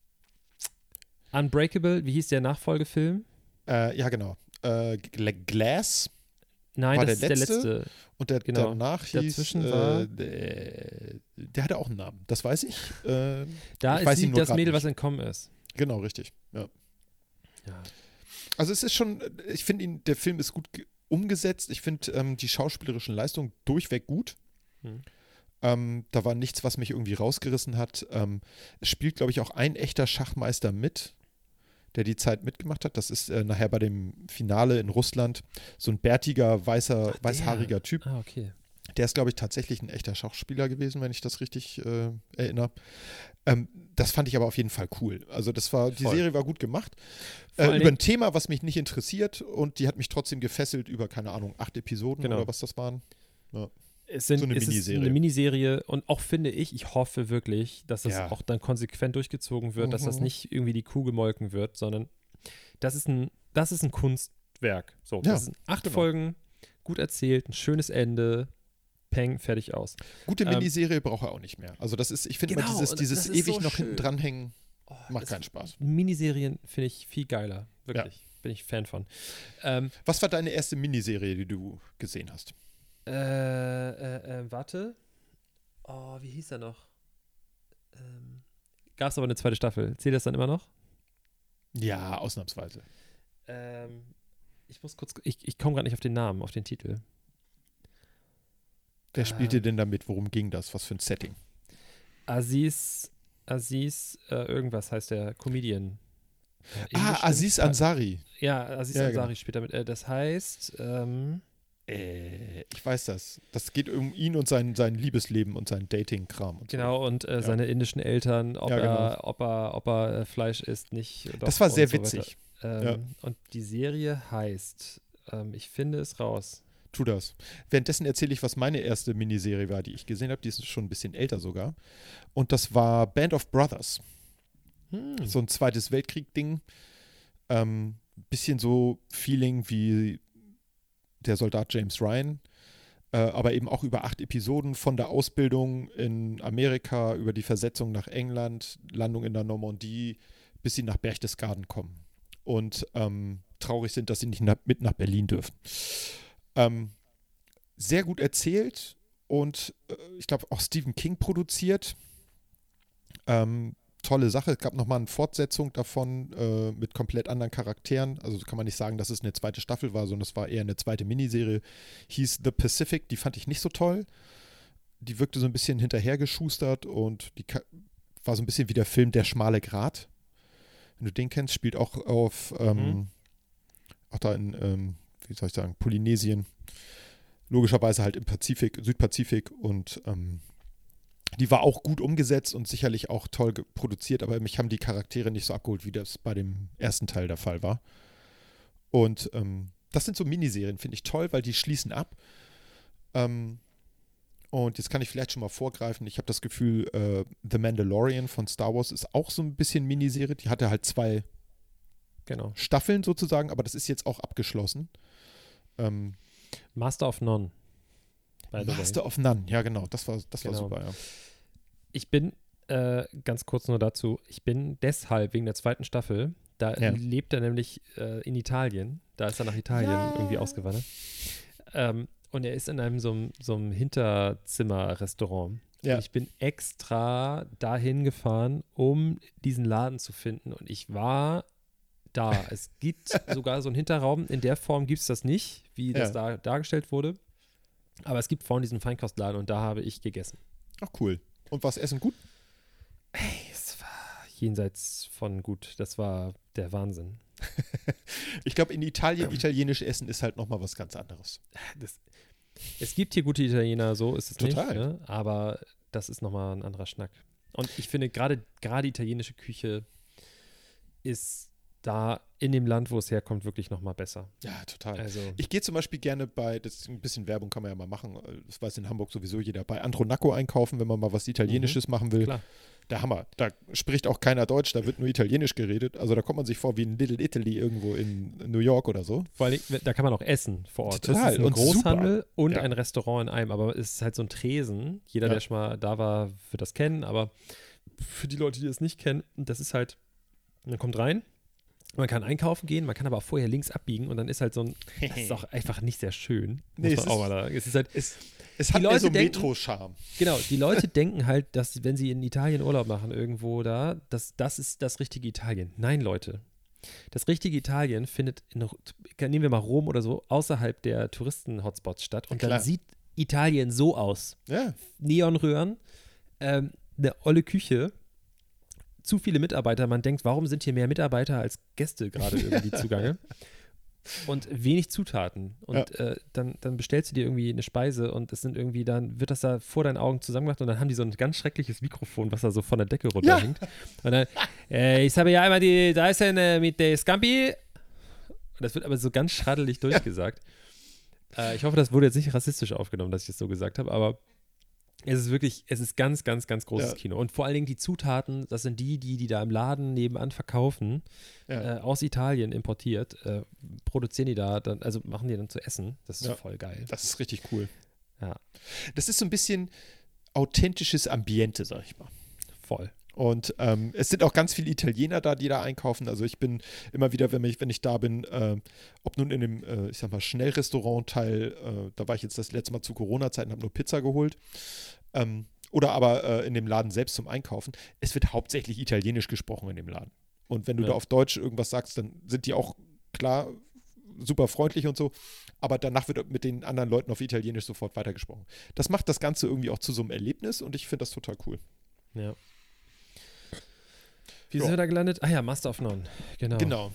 Unbreakable, wie hieß der Nachfolgefilm? Äh, ja, genau. Äh, Gla- Glass Nein, War das der ist letzte? der letzte. und der Genau. danach hieß, Dazwischen äh, war- der, der hatte auch einen Namen. Das weiß ich. Äh, Da Ich weiß ist ihn sie, nur das grad Mädel, nicht. was entkommen ist. genau, richtig. Ja. Ja. Also es ist schon, ich finde ihn, der Film ist gut ge- umgesetzt. Ich finde ähm, die schauspielerischen Leistungen durchweg gut. Hm. Ähm, da war nichts, was mich irgendwie rausgerissen hat. Ähm, es spielt, glaube ich, auch ein echter Schachmeister mit, der die Zeit mitgemacht hat. Das ist äh, nachher bei dem Finale in Russland so ein bärtiger, weißer, Ach, der. weißhaariger Typ. Ah, okay. Der ist, glaube ich, tatsächlich ein echter Schachspieler gewesen, wenn ich das richtig äh, erinnere. Ähm, das fand ich aber auf jeden Fall cool. Also das war, die Voll. Serie war gut gemacht. Vor Äh, allen über ein Dingen- Thema, was mich nicht interessiert und die hat mich trotzdem gefesselt über, keine Ahnung, acht Episoden Genau. oder was das waren. Es, sind, So eine es ist Miniserie. eine Miniserie und auch finde ich, ich hoffe wirklich, dass das Ja. auch dann konsequent durchgezogen wird, dass das Mhm. nicht irgendwie die Kuh gemolken wird, sondern das ist ein, das ist ein Kunstwerk. So, Ja, das sind acht genau. Folgen, gut erzählt, ein schönes Ende, peng, fertig aus. Gute Ähm, Miniserie braucht er auch nicht mehr. Also das ist, ich finde Genau, immer dieses, und dieses das ist ewig so noch hinten schön. dranhängen, Oh, macht das- keinen Spaß. Miniserien finde ich viel geiler, wirklich. Bin ich Fan von. Ähm, Was war deine erste Miniserie, die du gesehen hast? äh, äh, äh, warte. Oh, wie hieß er noch? Ähm, Gab es aber eine zweite Staffel. Zählt das dann immer noch? Ja, ausnahmsweise. Ähm, ich muss kurz, ich, ich komme gerade nicht auf den Namen, auf den Titel. Wer Ähm, spielte denn damit? Worum ging das? Was für ein Setting? Aziz, Aziz, äh, irgendwas heißt der Comedian. Äh, Ah, Englisch Aziz stimmt? Ansari. Ja, Aziz Ja, Ansari genau. spielt damit. Äh, das heißt, ähm, Äh, ich weiß das. Das geht um ihn und sein, sein Liebesleben und sein Dating-Kram. Und genau, und äh, Ja. seine indischen Eltern, ob Ja, genau. er, ob er, ob er äh, Fleisch isst, nicht. So. Doch, Das war und sehr so weiter. witzig. Ähm, Ja. Und die Serie heißt, ähm, ich finde es raus. Tu das. Währenddessen erzähle ich, was meine erste Miniserie war, die ich gesehen habe. Die ist schon ein bisschen älter sogar. Und das war Band of Brothers. Hm. So ein zweites Weltkrieg-Ding. Ähm, bisschen so Feeling wie der Soldat James Ryan. Äh, aber eben auch über acht Episoden von der Ausbildung in Amerika, über die Versetzung nach England, Landung in der Normandie, bis sie nach Berchtesgaden kommen. Und ähm, traurig sind, dass sie nicht nach, mit nach Berlin dürfen. Ähm, sehr gut erzählt und äh, ich glaube auch Stephen King produziert. Ähm, tolle Sache. Es gab nochmal eine Fortsetzung davon äh, mit komplett anderen Charakteren. Also kann man nicht sagen, dass es eine zweite Staffel war, sondern es war eher eine zweite Miniserie. Hieß The Pacific. Die fand ich nicht so toll. Die wirkte so ein bisschen hinterhergeschustert und die ka- war so ein bisschen wie der Film Der schmale Grat. Wenn du den kennst, spielt auch auf ähm, Mhm. auch da in, ähm, wie soll ich sagen, Polynesien. Logischerweise halt im Pazifik, Südpazifik und ähm, die war auch gut umgesetzt und sicherlich auch toll ge- produziert, aber mich haben die Charaktere nicht so abgeholt, wie das bei dem ersten Teil der Fall war. Und ähm, das sind so Miniserien, finde ich toll, weil die schließen ab. Ähm, und jetzt kann ich vielleicht schon mal vorgreifen. Ich habe das Gefühl, äh, The Mandalorian von Star Wars ist auch so ein bisschen Miniserie. Die hatte halt zwei Genau. Staffeln sozusagen, aber das ist jetzt auch abgeschlossen. Ähm, Master of None. by the way. Master of None, ja genau, das war, das Genau. war super, ja. Ich bin, äh, ganz kurz nur dazu, ich bin deshalb wegen der zweiten Staffel, da Ja. lebt er nämlich äh, in Italien, da ist er nach Italien Ja. irgendwie ausgewandert. Ähm, und er ist in einem so, einem- so einem Hinterzimmer-Restaurant. Ja. Und ich bin extra dahin gefahren, um diesen Laden zu finden. Und ich war da. Es gibt sogar so einen Hinterraum. In der Form gibt es das nicht, wie das Ja. da dargestellt wurde. Aber es gibt vorne diesen Feinkostladen und da habe ich gegessen. Ach cool. Und was Essen gut? Ey, es war jenseits von gut. Das war der Wahnsinn. Ich glaube, in Italien, italienisch Essen ist halt nochmal was ganz anderes. Das, es gibt hier gute Italiener, so ist es Total. nicht. Ne? Aber das ist nochmal ein anderer Schnack. Und ich finde, gerade gerade italienische Küche ist da in dem Land, wo es herkommt, wirklich nochmal besser. Ja, total. Also, Ich gehe zum Beispiel gerne bei, das ist ein bisschen Werbung kann man ja mal machen, das weiß in Hamburg sowieso jeder, bei Andronaco einkaufen, wenn man mal was Italienisches machen will. klar. Der Hammer. Da spricht auch keiner Deutsch, da wird nur Italienisch geredet. Also da kommt man sich vor wie ein Little Italy irgendwo in New York oder so. Vor allem, da kann man auch essen vor Ort. Total. Es ist ein Und Großhandel und Ja. ein Restaurant in einem, aber es ist halt so ein Tresen. Jeder, Ja. der schon mal da war, wird das kennen, aber für die Leute, die das nicht kennen, das ist halt, man kommt rein, man kann einkaufen gehen, man kann aber auch vorher links abbiegen und dann ist halt so ein, das ist auch einfach nicht sehr schön. Nee, muss es man auch ist- mal sagen. Es ist halt, Es, es hat Die mehr Leute so denken- Metro-Charme. genau, die Leute denken halt, dass wenn sie in Italien Urlaub machen irgendwo da, dass das ist das richtige Italien. Nein, Leute. Das richtige Italien findet, in, nehmen wir mal Rom oder so, außerhalb der Touristen-Hotspots statt. Und Ja, klar. dann sieht Italien so aus. Ja, Neonröhren, ähm, eine olle Küche, zu viele Mitarbeiter. Man denkt, warum sind hier mehr Mitarbeiter als Gäste gerade irgendwie zugange? Und wenig Zutaten. Und äh, dann, dann bestellst du dir irgendwie eine Speise und es sind irgendwie, dann wird das da vor deinen Augen zusammengemacht und dann haben die so ein ganz schreckliches Mikrofon, was da so von der Decke runterhängt. Und dann, äh, ich habe ja einmal die, da ist eine mit der Scampi. Und das wird aber so ganz schraddelig durchgesagt. Äh, ich hoffe, das wurde jetzt nicht rassistisch aufgenommen, dass ich das so gesagt habe, aber es ist wirklich, es ist ganz, ganz, ganz großes Ja. Kino. Und vor allen Dingen die Zutaten, das sind die, die die da im Laden nebenan verkaufen, Ja. äh, aus Italien importiert, äh, produzieren die da, dann, also machen die dann zu essen. Das ist Ja. voll geil. Das ist richtig cool. Ja, Das ist so ein bisschen authentisches Ambiente, sag ich mal. voll. Und ähm, es sind auch ganz viele Italiener da, die da einkaufen. Also ich bin immer wieder, wenn ich, wenn ich da bin, äh, ob nun in dem, äh, ich sag mal, Schnellrestaurant-Teil, äh, da war ich jetzt das letzte Mal zu Corona-Zeiten, habe nur Pizza geholt. Ähm, oder aber äh, in dem Laden selbst zum Einkaufen. Es wird hauptsächlich italienisch gesprochen in dem Laden. Und wenn du Ja. da auf Deutsch irgendwas sagst, dann sind die auch klar super freundlich und so. Aber danach wird mit den anderen Leuten auf Italienisch sofort weitergesprochen. Das macht das Ganze irgendwie auch zu so einem Erlebnis und ich finde das total cool. Ja. Wie Ja. sind wir da gelandet? Ah ja, Master of None. Genau. Genau.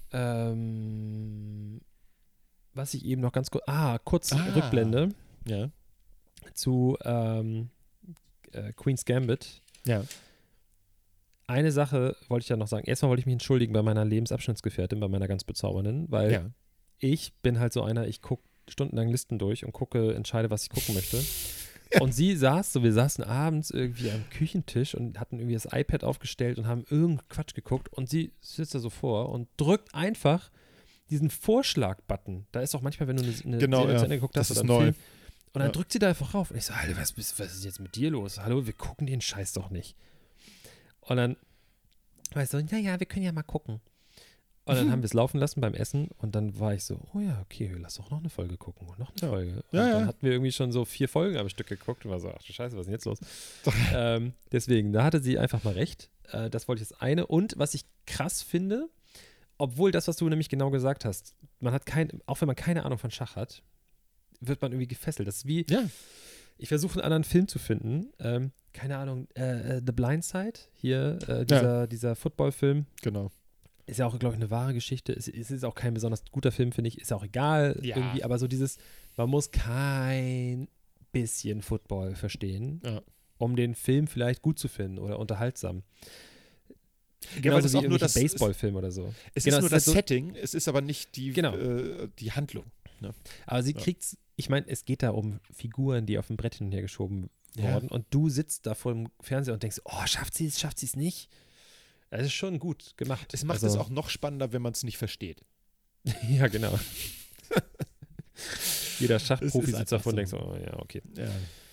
Ähm, was ich eben noch ganz kurz, ah, kurz Ah. Rückblende Ja. zu ähm, äh, Queen's Gambit. Ja. Eine Sache wollte ich ja noch sagen. Erstmal wollte ich mich entschuldigen bei meiner Lebensabschnittsgefährtin, bei meiner ganz bezaubernden, weil Ja. ich bin halt so einer, ich gucke stundenlang Listen durch und gucke, entscheide, was ich gucken möchte. Und sie saß so, wir saßen abends irgendwie am Küchentisch und hatten irgendwie das iPad aufgestellt und haben irgendeinen Quatsch geguckt und sie sitzt da so vor und drückt einfach diesen Vorschlag-Button. Da ist auch manchmal, wenn du eine, eine Genau, Serie ja. zu Ende geguckt hast Das oder ist einen neu. Film, und dann Ja. drückt sie da einfach rauf. Und ich so, Alter, was, was, was ist jetzt mit dir los? Hallo, wir gucken den Scheiß doch nicht. Und dann war ich so, ja, ja, wir können ja mal gucken. Und dann haben wir es laufen lassen beim Essen und dann war ich so, oh ja, okay, lass doch noch eine Folge gucken und noch eine Ja. Folge. Und Ja, dann ja. hatten wir irgendwie schon so vier Folgen am Stück geguckt und war so, ach du Scheiße, was ist denn jetzt los? ähm, deswegen, da hatte sie einfach mal recht. Äh, das wollte ich das eine. Und was ich krass finde, obwohl das, was du nämlich genau gesagt hast, man hat kein, auch wenn man keine Ahnung von Schach hat, wird man irgendwie gefesselt. Das ist wie, Ja. ich versuche einen anderen Film zu finden. Ähm, keine Ahnung, äh, äh, The Blind Side, hier, äh, dieser, dieser Football-Film. Genau. Ist ja auch, glaube ich, eine wahre Geschichte. Es, es ist auch kein besonders guter Film, finde ich. Ist auch egal Ja. irgendwie, aber so dieses, man muss kein bisschen Football verstehen, Ja. um den Film vielleicht gut zu finden oder unterhaltsam. weil Genauso das wie auch nur irgendwelche das- Baseballfilm oder so. Es Genau, ist nur es ist das halt so- Setting, es ist aber nicht die, Genau. äh, die Handlung. Aber sie Ja. kriegt's, ich meine, es geht da um Figuren, die auf dem Brett hin und her geschoben Ja. worden und du sitzt da vor dem Fernseher und denkst, oh, schafft sie es, schafft sie es nicht? Das ist schon gut gemacht. Es macht Also- es auch noch spannender, wenn man es nicht versteht. Ja, genau. Jeder Es Schachprofi ist sitzt einfach davor und denkt so. so, oh, ja, okay. Ja.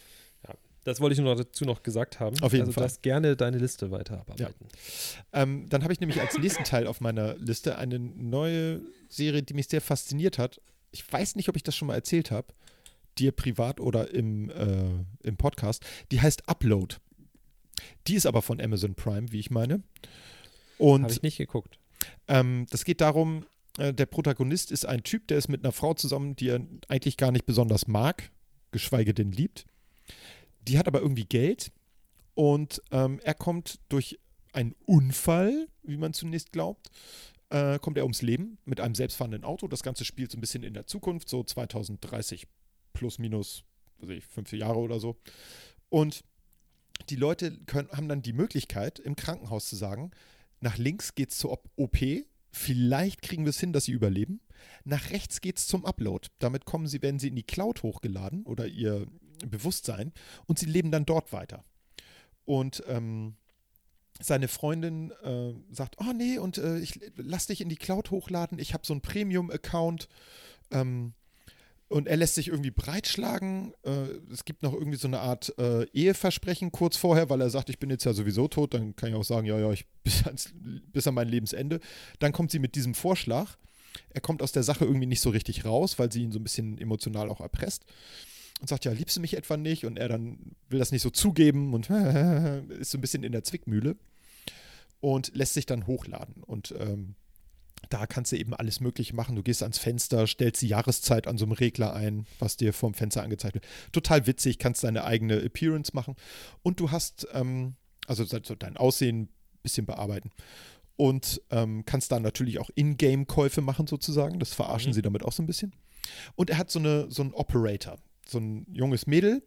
Das wollte ich nur noch dazu noch gesagt haben. Auf jeden also Fall. du darfst gerne deine Liste weiterarbeiten. Ähm, dann habe ich nämlich als nächsten Teil auf meiner Liste eine neue Serie, die mich sehr fasziniert hat. Ich weiß nicht, ob ich das schon mal erzählt habe, dir privat oder im, äh, im Podcast. Die heißt Upload. Die ist aber von Amazon Prime, wie ich meine. Und Habe ich nicht geguckt. Ähm, das geht darum, äh, der Protagonist ist ein Typ, der ist mit einer Frau zusammen, die er eigentlich gar nicht besonders mag, geschweige denn liebt. Die hat aber irgendwie Geld und ähm, er kommt durch einen Unfall, wie man zunächst glaubt, äh, kommt er ums Leben mit einem selbstfahrenden Auto. Das Ganze spielt so ein bisschen in der Zukunft, so zweitausenddreißig plus minus, weiß ich, fünf Jahre oder so. Und die Leute können, haben dann die Möglichkeit, im Krankenhaus zu sagen, nach links geht es zur O P, vielleicht kriegen wir es hin, dass sie überleben. Nach rechts geht es zum Upload. Damit kommen sie, werden sie in die Cloud hochgeladen oder ihr Bewusstsein und sie leben dann dort weiter. Und ähm, seine Freundin äh, sagt, oh nee, und äh, ich lass dich in die Cloud hochladen, ich habe so einen Premium-Account, ähm, und er lässt sich irgendwie breitschlagen. Äh, es gibt noch irgendwie so eine Art äh, Eheversprechen kurz vorher, weil er sagt, ich bin jetzt ja sowieso tot. Dann kann ich auch sagen, ja, ja, ich bis, ans, bis an mein Lebensende. Dann kommt sie mit diesem Vorschlag. Er kommt aus der Sache irgendwie nicht so richtig raus, weil sie ihn so ein bisschen emotional auch erpresst. Und sagt, ja, liebst du mich etwa nicht? Und er dann will das nicht so zugeben und ist so ein bisschen in der Zwickmühle. Und lässt sich dann hochladen. Und ähm, da kannst du eben alles Mögliche machen. Du gehst ans Fenster, stellst die Jahreszeit an so einem Regler ein, was dir vom Fenster angezeigt wird. Total witzig, kannst deine eigene Appearance machen. Und du hast, ähm, also dein Aussehen ein bisschen bearbeiten. Und ähm, kannst da natürlich auch Ingame-Käufe machen sozusagen. Das verarschen Mhm. sie damit auch so ein bisschen. Und er hat so, eine, so einen Operator, so ein junges Mädel.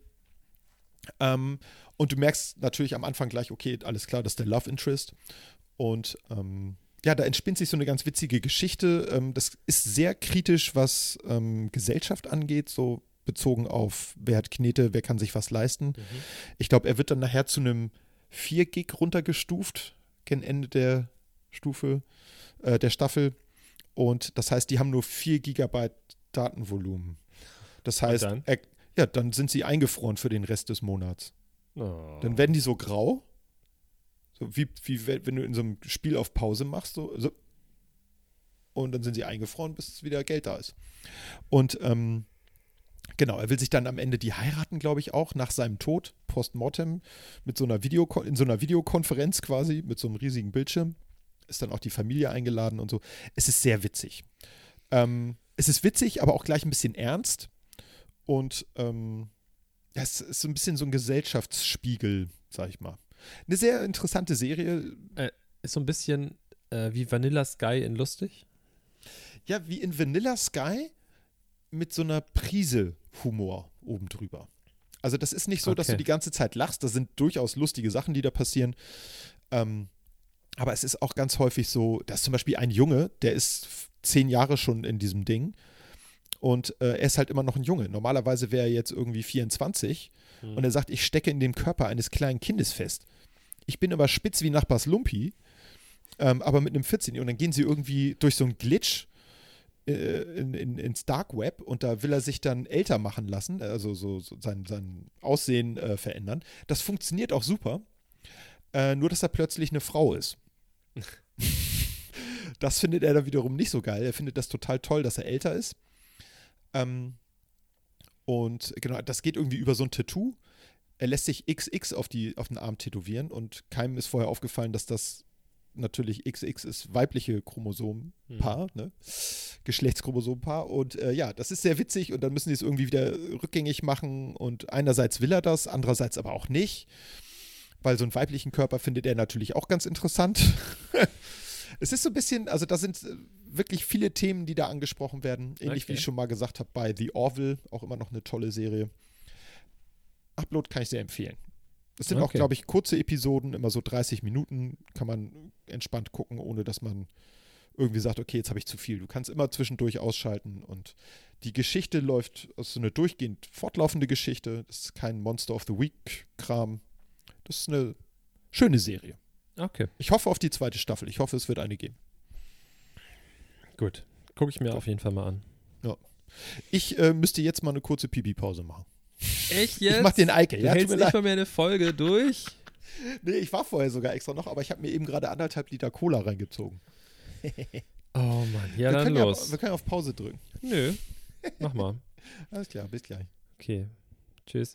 Ähm, und du merkst natürlich am Anfang gleich, okay, alles klar, das ist der Love Interest. Und ähm, ja, da entspinnt sich so eine ganz witzige Geschichte. Ähm, das ist sehr kritisch, was ähm, Gesellschaft angeht, so bezogen auf, wer hat Knete, wer kann sich was leisten. Mhm. Ich glaube, er wird dann nachher zu einem vier Gig runtergestuft, gegen Ende der Stufe, äh, der Staffel. Und das heißt, die haben nur vier Gigabyte Datenvolumen. Das heißt, dann? Er, ja, dann sind sie eingefroren für den Rest des Monats. Oh. Dann werden die so grau. So wie, wie wenn du in so einem Spiel auf Pause machst. So, so. Und dann sind sie eingefroren, bis wieder Geld da ist. Und ähm, genau, er will sich dann am Ende die heiraten, glaube ich, auch nach seinem Tod, postmortem, mit so einer Video, in so einer Videokonferenz quasi, mit so einem riesigen Bildschirm. Ist dann auch die Familie eingeladen und so. Es ist sehr witzig. Ähm, es ist witzig, aber auch gleich ein bisschen ernst. Und ähm, ja, es ist so ein bisschen so ein Gesellschaftsspiegel, sag ich mal. Eine sehr interessante Serie. Äh, ist so ein bisschen äh, wie Vanilla Sky in lustig. Ja, wie in Vanilla Sky mit so einer Prise Humor oben drüber. Also das ist nicht so, dass Okay. du die ganze Zeit lachst. Das sind durchaus lustige Sachen, die da passieren. Ähm, aber es ist auch ganz häufig so, dass zum Beispiel ein Junge, der ist f- zehn Jahre schon in diesem Ding und äh, er ist halt immer noch ein Junge. Normalerweise wäre er jetzt irgendwie vierundzwanzig Hm. und er sagt, ich stecke in dem Körper eines kleinen Kindes fest. Ich bin aber spitz wie Nachbars Lumpi, ähm, aber mit einem vierzehn. Und dann gehen sie irgendwie durch so einen Glitch äh, in, in, ins Dark Web und da will er sich dann älter machen lassen, also so, so sein, sein Aussehen äh, verändern. Das funktioniert auch super, äh, nur dass er plötzlich eine Frau ist. Das findet er dann wiederum nicht so geil. Er findet das total toll, dass er älter ist. Ähm, und genau, das geht irgendwie über so ein Tattoo. Er lässt sich X X auf, die, auf den Arm tätowieren und keinem ist vorher aufgefallen, dass das natürlich X X ist, weibliche Chromosomenpaar, Mhm. ne? Geschlechtschromosomenpaar. Und äh, ja, das ist sehr witzig und dann müssen die es irgendwie wieder rückgängig machen und einerseits will er das, andererseits aber auch nicht, weil so einen weiblichen Körper findet er natürlich auch ganz interessant. Es ist so ein bisschen, also da sind äh, wirklich viele Themen, die da angesprochen werden. Ähnlich Okay. wie ich schon mal gesagt habe bei The Orville, auch immer noch eine tolle Serie. Upload kann ich sehr empfehlen. Es sind auch, Okay. glaube ich, kurze Episoden, immer so dreißig Minuten, kann man entspannt gucken, ohne dass man irgendwie sagt, okay, jetzt habe ich zu viel. Du kannst immer zwischendurch ausschalten und die Geschichte läuft, das ist so eine durchgehend fortlaufende Geschichte. Das ist kein Monster of the Week-Kram. Das ist eine schöne Serie. Okay, Ich hoffe auf die zweite Staffel. Ich hoffe, es wird eine geben. gut. Gucke ich mir auf jeden Fall mal an. Ich äh, müsste jetzt mal eine kurze Pipi-Pause machen. Echt Ich mach den Eike, Du ja, tut hältst mir nicht leid. mal mehr eine Folge durch? Nee, ich war vorher sogar extra noch, aber ich habe mir eben gerade anderthalb Liter Cola reingezogen. Oh Mann, ja wir, dann können los. Ja, wir können auf Pause drücken. Nö, mach mal. Alles klar, bis gleich. Okay, tschüss.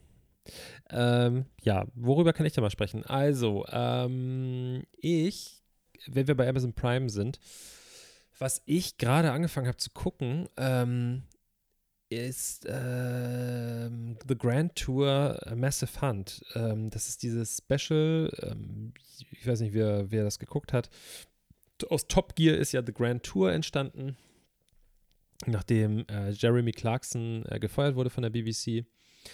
Ähm, ja, worüber kann ich da mal sprechen? Also, ähm, ich, wenn wir bei Amazon Prime sind, was ich gerade angefangen habe zu gucken, ähm, ist ähm, The Grand Tour A Massive Hunt. Ähm, das ist dieses Special, ähm, ich weiß nicht, wer, wer das geguckt hat. Aus Top Gear ist ja The Grand Tour entstanden, nachdem äh, Jeremy Clarkson äh, gefeuert wurde von der B B C.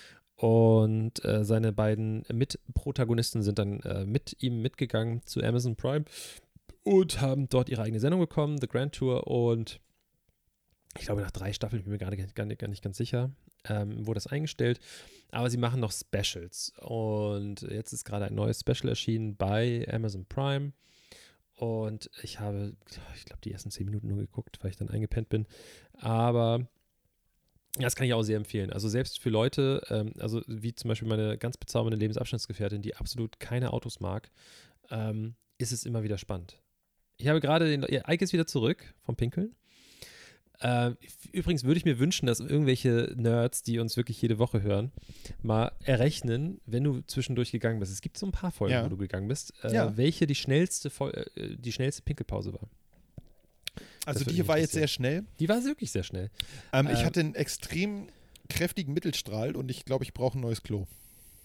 Und äh, seine beiden Mitprotagonisten sind dann äh, mit ihm mitgegangen zu Amazon Prime und haben dort ihre eigene Sendung bekommen, The Grand Tour. Und ich glaube, nach drei Staffeln, ich bin mir gerade gar nicht, gar nicht ganz sicher, ähm, wurde das eingestellt. Aber sie machen noch Specials. Und jetzt ist gerade ein neues Special erschienen bei Amazon Prime. Und ich habe, ich glaube, die ersten zehn Minuten nur geguckt, weil ich dann eingepennt bin. Aber ja, das kann ich auch sehr empfehlen. Also selbst für Leute, ähm, also wie zum Beispiel meine ganz bezaubernde Lebensabschnittsgefährtin, die absolut keine Autos mag, ähm, ist es immer wieder spannend. Ich habe gerade den, ja, Eike ist wieder zurück vom Pinkeln. Äh, übrigens würde ich mir wünschen, dass irgendwelche Nerds, die uns wirklich jede Woche hören, mal errechnen, wenn du zwischendurch gegangen bist. Es gibt so ein paar Folgen, Ja. wo du gegangen bist, äh, Ja. welche die schnellste, Fol- äh, die schnellste Pinkelpause war. Also würde die mich hier war jetzt interessieren. sehr schnell. Die war wirklich sehr schnell. Ähm, ich Ähm, hatte einen extrem kräftigen Mittelstrahl und ich glaube, ich brauche ein neues Klo.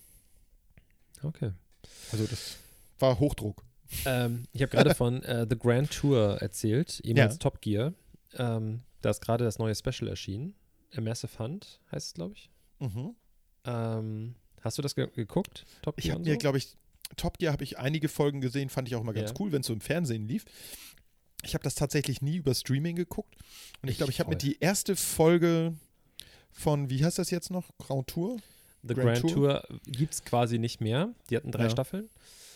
Okay. Also das war Hochdruck. Ähm, ich habe gerade von äh, The Grand Tour erzählt, ehemals Ja. Top Gear. Ähm, da ist gerade das neue Special erschienen. A Massive Hunt heißt es, glaube ich. Mhm. Ähm, hast du das ge geguckt? Top Ich Gear habe und mir, so? glaube ich, Top Gear habe ich einige Folgen gesehen, fand ich auch mal ganz Ja. cool, wenn es so im Fernsehen lief. Ich habe das tatsächlich nie über Streaming geguckt. Und ich Ich glaube, ich habe mir voll. die erste Folge von, wie heißt das jetzt noch? Grand Tour? The Grand Grand, Tour, gibt es quasi nicht mehr. Die hatten drei Ja. Staffeln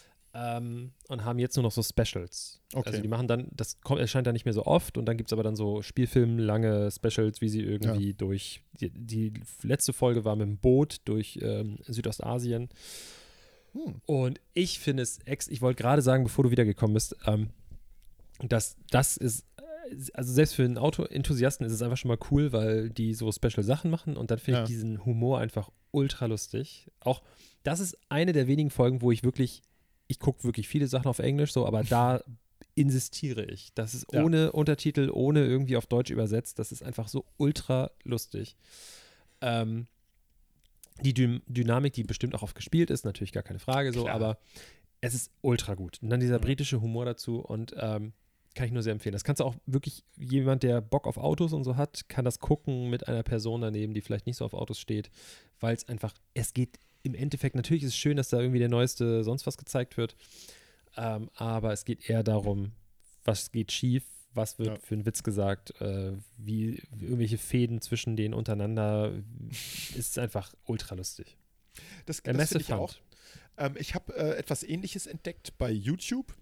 ähm, und haben jetzt nur noch so Specials. Okay. Also die machen dann, das kommt, erscheint dann nicht mehr so oft und dann gibt es aber dann so Spielfilm, lange Specials, wie sie irgendwie durch, die, die letzte Folge war mit dem Boot durch ähm, Südostasien. Hm. Und ich finde es, ex ich wollte gerade sagen, bevor du wiedergekommen bist, ähm, dass das ist, äh, also selbst für einen Auto-Enthusiasten ist es einfach schon mal cool, weil die so Special-Sachen machen und dann finde Ja. ich diesen Humor einfach ultra lustig. Auch, das ist eine der wenigen Folgen, wo ich wirklich, ich gucke wirklich viele Sachen auf Englisch so, aber da insistiere ich. Das ist Ja. ohne Untertitel, ohne irgendwie auf Deutsch übersetzt, das ist einfach so ultra lustig. Ähm, die Dü Dynamik, die bestimmt auch oft gespielt ist, natürlich gar keine Frage so, Klar. aber es ist ultra gut. Und dann dieser Ja. britische Humor dazu und ähm, kann ich nur sehr empfehlen. Das kannst du auch wirklich, jemand, der Bock auf Autos und so hat, kann das gucken mit einer Person daneben, die vielleicht nicht so auf Autos steht, weil es einfach, es geht im Endeffekt, natürlich ist es schön, dass da irgendwie der neueste sonst was gezeigt wird, ähm, aber es geht eher darum, was geht schief, was wird Ja. für einen Witz gesagt, äh, wie, wie irgendwelche Fäden zwischen denen untereinander, ist einfach ultra lustig. Das, A das Massive finde ich auch. Fund. Ähm, ich habe äh, etwas Ähnliches entdeckt bei YouTube.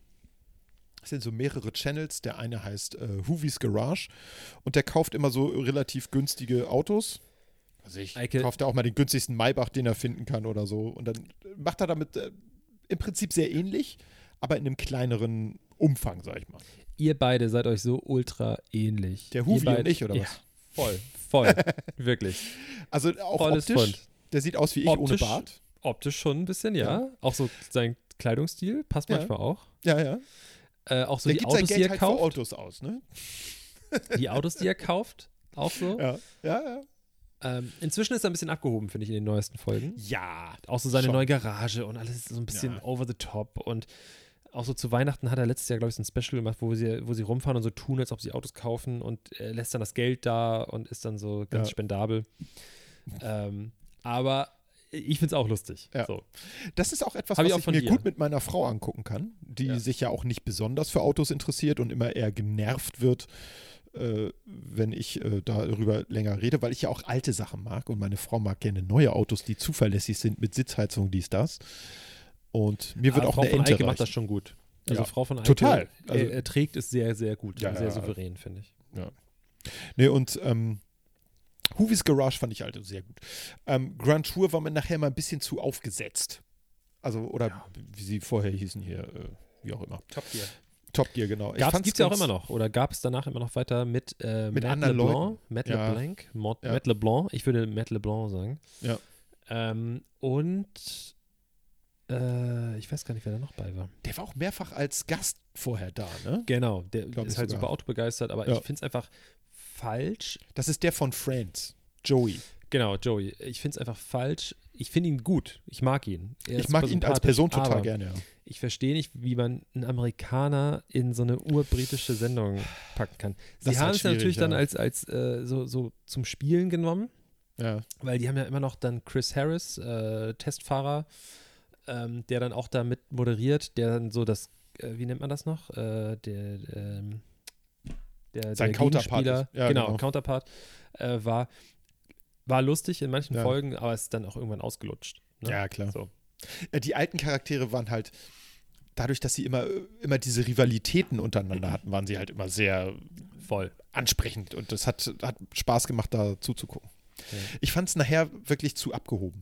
Es sind so mehrere Channels. Der eine heißt äh, Hoovies Garage und der kauft immer so relativ günstige Autos. Also ich Eike- kauft er auch mal den günstigsten Maybach, den er finden kann oder so. Und dann macht er damit äh, im Prinzip sehr ähnlich, aber in einem kleineren Umfang, sag ich mal. Ihr beide seid euch so ultra ähnlich. Der Ihr Huvi beid- und ich, oder ja, was? Voll, voll, wirklich. Also auch Volles optisch. Fund. Der sieht aus wie ich Optisch- ohne Bart. Optisch schon ein bisschen, ja. Ja. Auch so sein Kleidungsstil passt Ja. manchmal auch. Ja, ja. Äh, auch so der die gibt sein Autos, die Geld er halt für kauft. Autos aus, ne? Die Autos, die er kauft, auch so. Ja, ja, ja. Ähm, inzwischen ist er ein bisschen abgehoben, finde ich, in den neuesten Folgen. Ja. Auch so seine Schon. neue Garage und alles ist so ein bisschen Ja. over the top. Und auch so zu Weihnachten hat er letztes Jahr, glaube ich, so ein Special gemacht, wo sie, wo sie rumfahren und so tun, als ob sie Autos kaufen und er lässt dann das Geld da und ist dann so ganz Ja. spendabel. Ähm, aber ich finde es auch lustig. Ja. So. Das ist auch etwas, Hab ich was auch ich von mir dir. gut mit meiner Frau angucken kann, die Ja. sich ja auch nicht besonders für Autos interessiert und immer eher genervt wird, äh, wenn ich äh, darüber länger rede, weil ich ja auch alte Sachen mag und meine Frau mag gerne neue Autos, die zuverlässig sind mit Sitzheizung, dies, das. Und mir wird Aber auch Frau eine von Ente Eike macht das reichen. schon gut. Also Ja, Frau von Eike total. Also- er, er trägt es sehr, sehr gut. Ja, sehr ja. souverän, finde ich. Nee, und ähm, Hoovies Garage fand ich also sehr gut. Ähm, Grand Tour war mir nachher mal ein bisschen zu aufgesetzt. Also, oder Ja. wie sie vorher hießen hier, äh, wie auch immer. Top Gear. Top Gear, genau. Ich Gibt fand's es ja auch ganz- immer noch. Oder gab es danach immer noch weiter mit, äh, Mit Matt anderen LeBlanc? Leuten. Matt Ja. LeBlanc? Matt, Ja. Matt LeBlanc? Ich würde Matt LeBlanc sagen. Ja. Ähm, und äh, ich weiß gar nicht, wer da noch bei war. Der war auch mehrfach als Gast vorher da, ne? Genau, der Glaub ist ich halt sogar. super autobegeistert, aber Ja. ich finde es einfach falsch. Das ist der von Friends, Joey. Genau, Joey. Ich finde es einfach falsch. Ich finde ihn gut. Ich mag ihn. Er Ich ist mag super ihn als sympathisch, Person total aber gerne, ja. ich verstehe nicht, wie man einen Amerikaner in so eine urbritische Sendung packen kann. Sie Das ist haben halt es natürlich schwierig, dann ja. als, als äh, so, so zum Spielen genommen, Ja, weil die haben ja immer noch dann Chris Harris, äh, Testfahrer, ähm, der dann auch da mit moderiert, der dann so das, äh, wie nennt man das noch? Äh, der, ähm, der, Sein der Counterpart Gegenspieler, ist. Ja, genau, genau. Counterpart, äh, war, war lustig in manchen Ja. Folgen, aber ist dann auch irgendwann ausgelutscht. Ne? ja klar. So. Äh, Die alten Charaktere waren halt, dadurch, dass sie immer, immer diese Rivalitäten untereinander hatten, waren sie halt immer sehr Voll. ansprechend und das hat, hat Spaß gemacht, da zuzugucken. Ja. Ich fand es nachher wirklich zu abgehoben.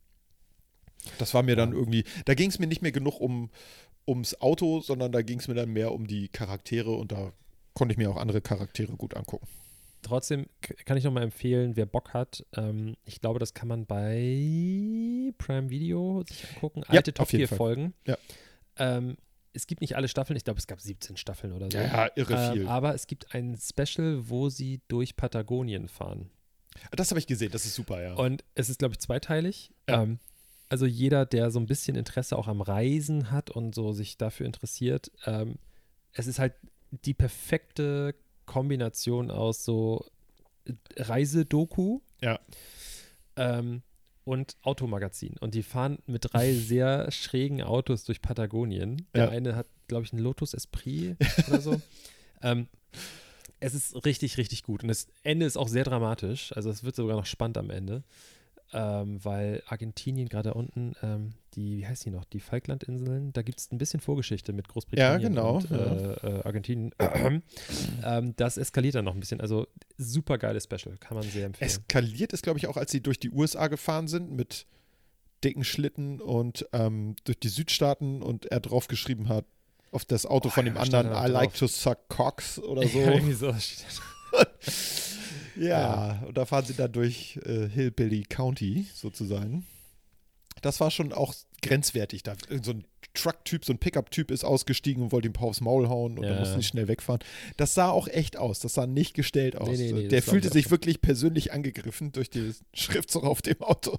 Das war mir dann Ja. irgendwie, da ging es mir nicht mehr genug um, ums Auto, sondern da ging es mir dann mehr um die Charaktere und da konnte ich mir auch andere Charaktere gut angucken. Trotzdem k- kann ich nochmal empfehlen, wer Bock hat, ähm, ich glaube, das kann man bei Prime Video sich angucken. Ja, Alte Top auf jeden Gear Fall. Folgen. Ja. Ähm, es gibt nicht alle Staffeln, ich glaube, es gab siebzehn Staffeln oder so. Ja, ja, irre viel. Ähm, aber es gibt ein Special, wo sie durch Patagonien fahren. Das habe ich gesehen, das ist super, ja. Und es ist, glaube ich, zweiteilig. Ja. Ähm, also jeder, der so ein bisschen Interesse auch am Reisen hat und so sich dafür interessiert, ähm, es ist halt die perfekte Kombination aus so Reisedoku Ja. ähm, und Automagazin. Und die fahren mit drei sehr schrägen Autos durch Patagonien. Der Ja. eine hat, glaube ich, einen Lotus Esprit oder so. Ähm, es ist richtig, richtig gut. Und das Ende ist auch sehr dramatisch. Also es wird sogar noch spannend am Ende. Ähm, weil Argentinien gerade unten, ähm, die, wie heißt die noch, die Falklandinseln, da gibt es ein bisschen Vorgeschichte mit Großbritannien Ja, genau, und ja. Äh, äh, Argentinien. ähm, das eskaliert dann noch ein bisschen. Also super geiles Special, kann man sehr empfehlen. Eskaliert ist, glaube ich, auch, als sie durch die U S A gefahren sind mit dicken Schlitten und ähm, durch die Südstaaten und er draufgeschrieben hat, auf das Auto Oh, von dem ja, stand anderen, da noch I like drauf. to suck cocks oder so. Ja, irgendwie so steht das. Ja, und da fahren sie dann durch äh, Hillbilly County sozusagen. Das war schon auch grenzwertig. Da irgend so ein Truck-Typ, so ein Pickup-Typ ist ausgestiegen und wollte ihm ein paar aufs Maul hauen und Ja. dann mussten die schnell wegfahren. Das sah auch echt aus. Das sah nicht gestellt aus. Nee, nee, nee, Der das war fühlte nicht sich so. wirklich persönlich angegriffen durch die Schriftzug auf dem Auto.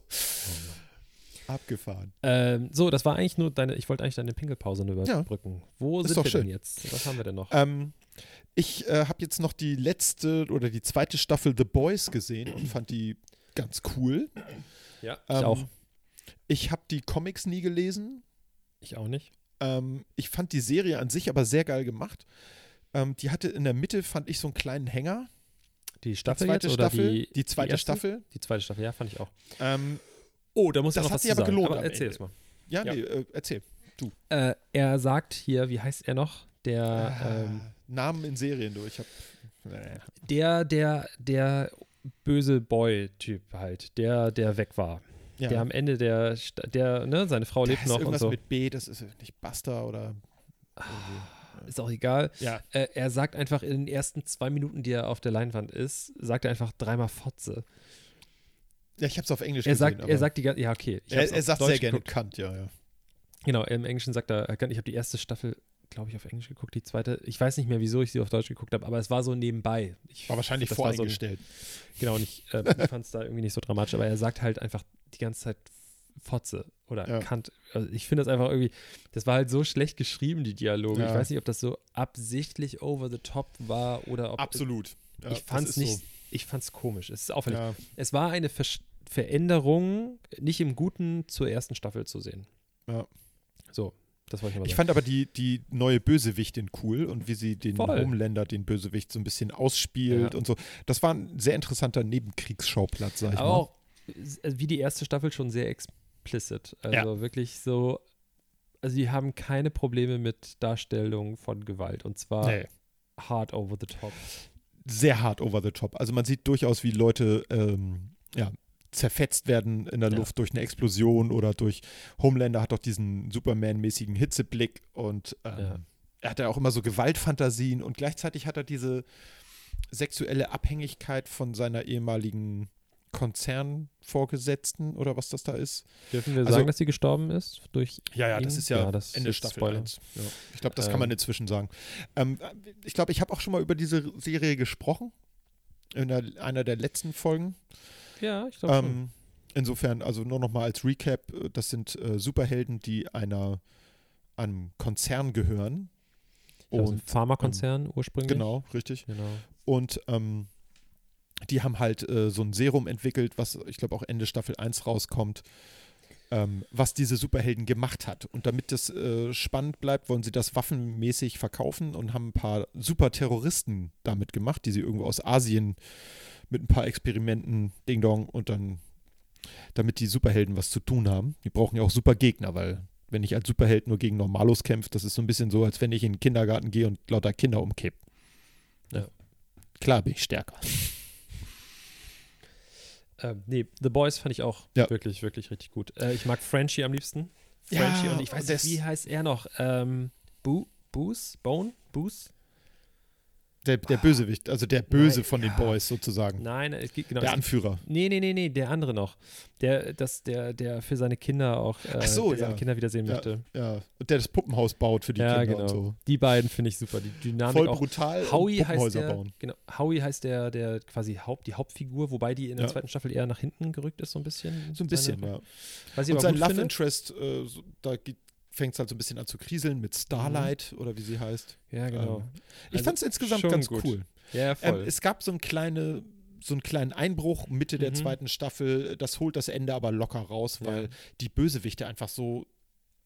Abgefahren. Ähm, so, das war eigentlich nur deine, ich wollte eigentlich deine Pinkelpause nur Ja. überbrücken. Wo Ist sind doch wir schön. denn jetzt? Was haben wir denn noch? Ähm, ich äh, habe jetzt noch die letzte oder die zweite Staffel The Boys gesehen und fand die ganz cool. Ja, Ähm, ich auch. Ich habe die Comics nie gelesen. Ich auch nicht. Ähm, ich fand die Serie an sich aber sehr geil gemacht. Ähm, die hatte in der Mitte, fand ich, so einen kleinen Hänger. Die Die Staffel zweite jetzt oder Staffel. die, die zweite erste? Staffel. Die zweite Staffel, ja, fand ich auch. Ähm, Oh, da muss Das ich noch hat was sich zu aber sagen. gelohnt Aber am erzähl Ende. es mal. ja, Ja. nee, äh, erzähl. Äh, er sagt hier, wie heißt er noch? Der, Ah, ähm, Namen in Serien durch. Ich hab, naja. der, der, der böse Boy-Typ halt, der, der weg war. Ja. Der am Ende der, Sta- der, ne, seine Frau Da lebt ist noch und irgendwas so. mit B, das ist nicht Buster oder irgendwie. Ist auch egal. Ja. Äh, er sagt einfach in den ersten zwei Minuten, die er auf der Leinwand ist, sagt er einfach dreimal Fotze. Ja, ich hab's auf Englisch Er gesehen. sagt, aber er sagt die ganze, ja, okay. Ich er, hab's er auf sagt Deutsch sehr gerne geguckt. Kant, ja, ja. Genau, im Englischen sagt er, ich habe die erste Staffel, glaube ich, auf Englisch geguckt, die zweite. Ich weiß nicht mehr, wieso ich sie auf Deutsch geguckt habe, aber es war so nebenbei. Ich, War wahrscheinlich das war so ein- voreingestellt. Genau, und ich, äh, ich fand es da irgendwie nicht so dramatisch, aber er sagt halt einfach die ganze Zeit Fotze oder Ja. Kant. Also ich finde das einfach irgendwie, das war halt so schlecht geschrieben, die Dialoge. Ja. Ich weiß nicht, ob das so absichtlich over the top war oder ob. Absolut. Ja, ich fand das es ist nicht, ich fand es komisch. Es ist auffällig. Ja. Es war eine Ver Veränderung, nicht im Guten zur ersten Staffel zu sehen. Ja. So, das wollte ich mal Ich sagen. fand aber die, die neue Bösewichtin cool und wie sie den Voll. Homelander, den Bösewicht, so ein bisschen ausspielt Ja. und so. Das war ein sehr interessanter Nebenkriegsschauplatz, sag ich Aber mal. auch, äh, wie die erste Staffel, schon sehr explicit. Also wirklich so, also die haben keine Probleme mit Darstellung von Gewalt und zwar Nee. hard over the top. Sehr hart over the top. Also man sieht durchaus, wie Leute ähm, ja, zerfetzt werden in der Ja. Luft durch eine Explosion oder durch Homelander hat doch diesen Superman-mäßigen Hitzeblick und ähm, Ja. er hat ja auch immer so Gewaltfantasien und gleichzeitig hat er diese sexuelle Abhängigkeit von seiner ehemaligen Konzernvorgesetzten oder was das da ist. Dürfen wir Also- sagen, dass sie gestorben ist? Durch Ja, ja, ihn? das ist ja, das Ende ist Staffel Spoiler. eins. Ja. Ich glaube, das kann Ähm. man inzwischen sagen. Ähm, ich glaube, ich habe auch schon mal über diese Serie gesprochen. In der, einer der letzten Folgen. Ja, ich glaube schon. Ähm, insofern, also nur noch mal als Recap, äh, das sind äh, Superhelden, die einer, einem Konzern gehören. Also ein Und Pharmakonzern ursprünglich. genau, richtig. Genau. Und ähm, die haben halt äh, so ein Serum entwickelt, was ich glaube auch Ende Staffel eins rauskommt, ähm, was diese Superhelden gemacht hat. Und damit das äh, spannend bleibt, wollen sie das waffenmäßig verkaufen und haben ein paar super Terroristen damit gemacht, die sie irgendwo aus Asien mit ein paar Experimenten, Ding Dong, und dann, damit die Superhelden was zu tun haben. Die brauchen ja auch super Gegner, weil wenn ich als Superheld nur gegen Normalos kämpfe, das ist so ein bisschen so, als wenn ich in den Kindergarten gehe und lauter Kinder umkipp. Ja. Klar bin ich stärker. Ähm, nee, The Boys fand ich auch Ja. wirklich, wirklich richtig gut. Äh, ich mag Frenchie am liebsten. Ja, Frenchie und ich weiß das- nicht, wie heißt er noch? Ähm, Boo, Boos? Bone? Boos? Der, der Bösewicht, also der Böse Nein, von den ja. Boys sozusagen. Nein, es geht genau. Der es- Anführer. Nee, nee, nee, nee, der andere noch. Der, das, der, der für seine Kinder auch, äh, Ach so, der seine ja. Kinder wiedersehen Ja, möchte. ja. Und der das Puppenhaus baut für die Ja, Kinder genau. und so. Die beiden finde ich super. Die Dynamik Voll auch. brutal Howie und heißt Puppenhäuser der, bauen. genau, Howie heißt der, der quasi Haupt, die Hauptfigur, wobei die in der Ja. zweiten Staffel eher nach hinten gerückt ist, so ein bisschen. So ein bisschen, Seine- ja. Was ich Und aber sein gut Love finde. Interest, äh, so, da fängt es halt so ein bisschen an zu kriseln mit Starlight oder wie sie heißt. Ja, genau. Ähm, ich Also fand es insgesamt schon ganz gut. cool. Ja, Ähm, voll. es gab so, ein kleine, so einen kleinen Einbruch Mitte der Mhm. zweiten Staffel. Das holt das Ende aber locker raus, weil Ja. die Bösewichte einfach so,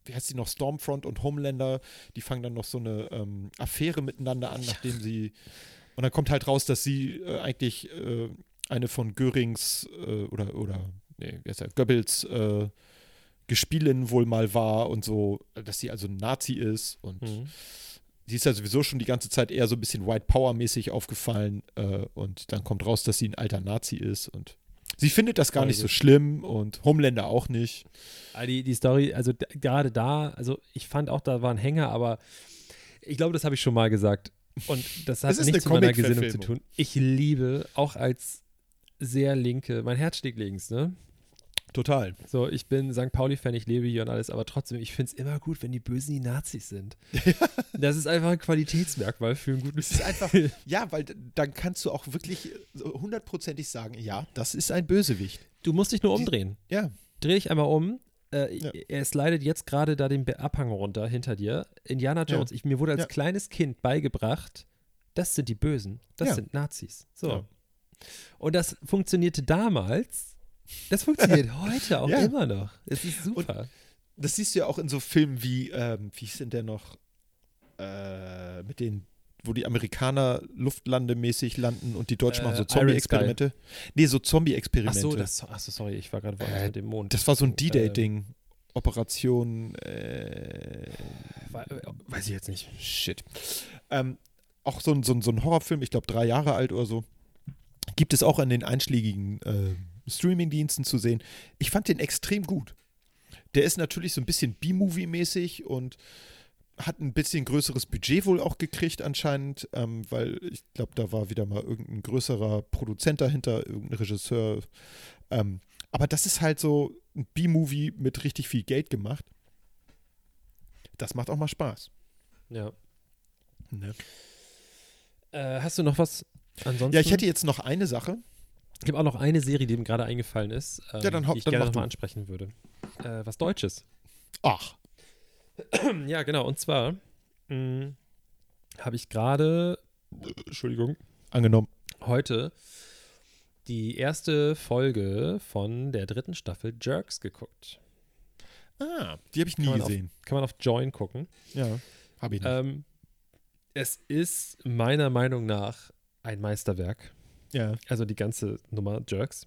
wie heißt sie noch, Stormfront und Homelander, die fangen dann noch so eine ähm, Affäre miteinander an, nachdem sie, und dann kommt halt raus, dass sie äh, eigentlich äh, eine von Görings äh, oder, oder, nee, wie heißt der, Goebbels äh, Gespielin wohl mal war und so, dass sie also ein Nazi ist und Mhm. sie ist ja sowieso schon die ganze Zeit eher so ein bisschen White Power-mäßig aufgefallen äh, und dann kommt raus, dass sie ein alter Nazi ist und sie findet das gar Voll nicht so gut. schlimm und Homelander auch nicht. Aber Die, die Story, also d- gerade da, also ich fand auch, da war ein Hänger, aber ich glaube, das habe ich schon mal gesagt. Und das hat Es ist nichts eine mit meiner Gesinnung zu Comic-Verfilmung. tun. Ich liebe, auch als sehr Linke, mein Herz schlägt links, ne? Total. So, ich bin Sankt Pauli-Fan, ich lebe hier und alles, aber trotzdem, ich finde es immer gut, wenn die Bösen die Nazis sind. Das ist einfach ein Qualitätsmerkmal für einen guten Es ist einfach, Film. ja, weil d- dann kannst du auch wirklich so hundertprozentig sagen, ja, das ist ein Bösewicht. Du musst dich nur umdrehen. Ja, Dreh dich einmal um. Äh, Ja. Er slidet jetzt gerade da den Be- Abhang runter hinter dir. Indiana Ja. Jones. Ich, mir wurde als Ja. kleines Kind beigebracht, das sind die Bösen. Das Ja. sind Nazis. So. Ja. Und das funktionierte damals. Das funktioniert heute auch Ja. immer noch. Es ist super. das siehst du ja auch in so Filmen wie, ähm, wie hieß denn der noch, äh, mit den, wo die Amerikaner luftlandemäßig landen und die Deutschen Äh, machen so Iron Zombie-Experimente. Nee, so Ach Zombie-Experimente. so, das, ach so, sorry, ich war gerade woanders Äh, mit dem Mond. Das war so ein Ähm, D-Day-Ding. Operation, äh, Wei- Weiß ich jetzt nicht. Shit. Ähm, auch so ein, so ein, so ein Horrorfilm, ich glaube drei Jahre alt oder so, gibt es auch an den einschlägigen äh, Streaming-Diensten zu sehen. Ich fand den extrem gut. Der ist natürlich so ein bisschen B-Movie-mäßig und hat ein bisschen größeres Budget wohl auch gekriegt anscheinend, ähm, weil ich glaube, da war wieder mal irgendein größerer Produzent dahinter, irgendein Regisseur. Ähm, aber das ist halt so ein B-Movie mit richtig viel Geld gemacht. Das macht auch mal Spaß. Ja. Ne? Äh, hast du noch was ansonsten? Ja, ich hätte jetzt noch eine Sache. Ich habe auch noch eine Serie, die mir gerade eingefallen ist, ähm, Ja, dann hau- die ich dann gerne mach nochmal du. ansprechen würde. Äh, was Deutsches. Ach, Ja, genau. Und zwar mh, habe ich gerade, Entschuldigung, angenommen. heute die erste Folge von der dritten Staffel Jerks geguckt. Ah, die habe ich nie Kann man gesehen. Kann man auf Join gucken. Ja, habe ich nicht. Ähm, es ist meiner Meinung nach ein Meisterwerk. ja. Also die ganze Nummer Jerks.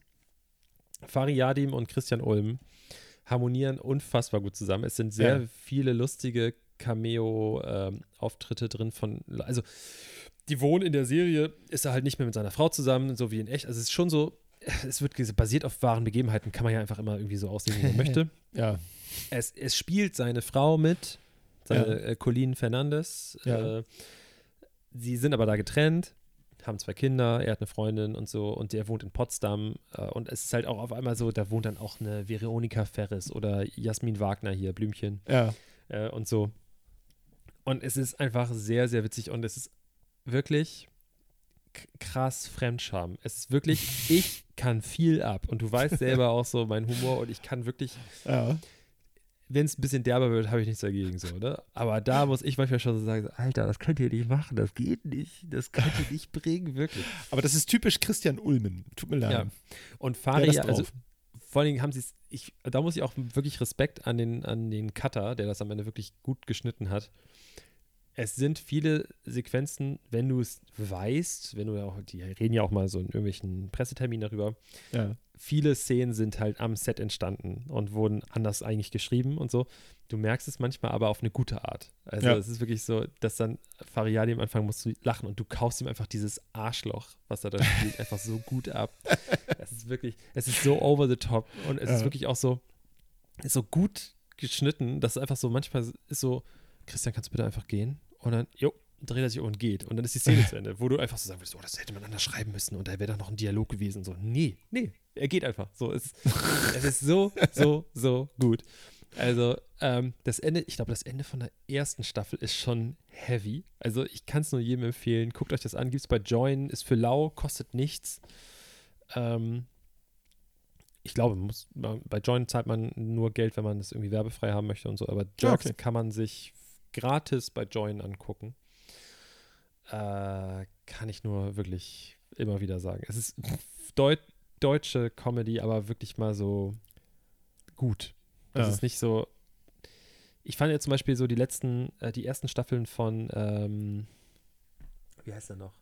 Fariyadim und Christian Ulm harmonieren unfassbar gut zusammen. Es sind sehr Ja. viele lustige Cameo-Auftritte drin von, also die wohnen in der Serie, ist er halt nicht mehr mit seiner Frau zusammen, so wie in echt. Also es ist schon so, es wird ges- basiert auf wahren Begebenheiten, kann man ja einfach immer irgendwie so aussehen, wie man möchte. Ja. Es, es spielt seine Frau mit, seine Ja. äh, Colleen Fernandes. Ja. Äh, sie sind aber da getrennt, haben zwei Kinder, er hat eine Freundin und so und der wohnt in Potsdam. Äh, und es ist halt auch auf einmal so, da wohnt dann auch eine Veronika Ferres oder Jasmin Wagner hier, Blümchen Ja. äh, und so. Und es ist einfach sehr, sehr witzig und es ist wirklich k- krass Fremdscham. Es ist wirklich, ich kann viel ab und du weißt selber auch so mein Humor und ich kann wirklich, Ja. wenn es ein bisschen derber wird, habe ich nichts dagegen so, ne? Aber da muss ich manchmal schon so sagen, Alter, das könnt ihr nicht machen, das geht nicht, das könnt ihr nicht bringen, wirklich. Aber das ist typisch Christian Ulmen. Tut mir leid. Ja. Und Der hat Fari, das also drauf. vor allen Dingen haben sie es, ich, da muss ich auch wirklich Respekt an den, an den Cutter, der das am Ende wirklich gut geschnitten hat. Es sind viele Sequenzen, wenn du es weißt, wenn du ja auch, die reden ja auch mal so in irgendwelchen Presseterminen darüber, Ja. viele Szenen sind halt am Set entstanden und wurden anders eigentlich geschrieben und so. Du merkst es manchmal aber auf eine gute Art. Also Ja. es ist wirklich so, dass dann Fariadi am Anfang musst du lachen und du kaufst ihm einfach dieses Arschloch, was er da spielt, einfach so gut ab. Es ist wirklich, es ist so over the top und es Ja. ist wirklich auch so, ist so gut geschnitten, dass es einfach so manchmal ist so, Christian, kannst du bitte einfach gehen? Und dann, jo, dreht er sich um und geht. Und dann ist die Szene zu Ende, wo du einfach so sagen würdest, oh, das hätte man anders schreiben müssen und da wäre doch noch ein Dialog gewesen. Und so, nee, nee, er geht einfach. So, es, es ist so, so, so gut. Also, ähm, das Ende, ich glaube, das Ende von der ersten Staffel ist schon heavy. Also, ich kann es nur jedem empfehlen. Guckt euch das an, gibt es bei Join, ist für lau, kostet nichts. Ähm, ich glaube, man muss, bei Join zahlt man nur Geld, wenn man das irgendwie werbefrei haben möchte und so, aber Jerks okay. kann man sich gratis bei Join angucken. Äh, kann ich nur wirklich immer wieder sagen. Es ist Deut deutsche Comedy, aber wirklich mal so gut. Es Ja. ist nicht so, ich fand jetzt zum Beispiel so die letzten, äh, die ersten Staffeln von, ähm, wie heißt er noch?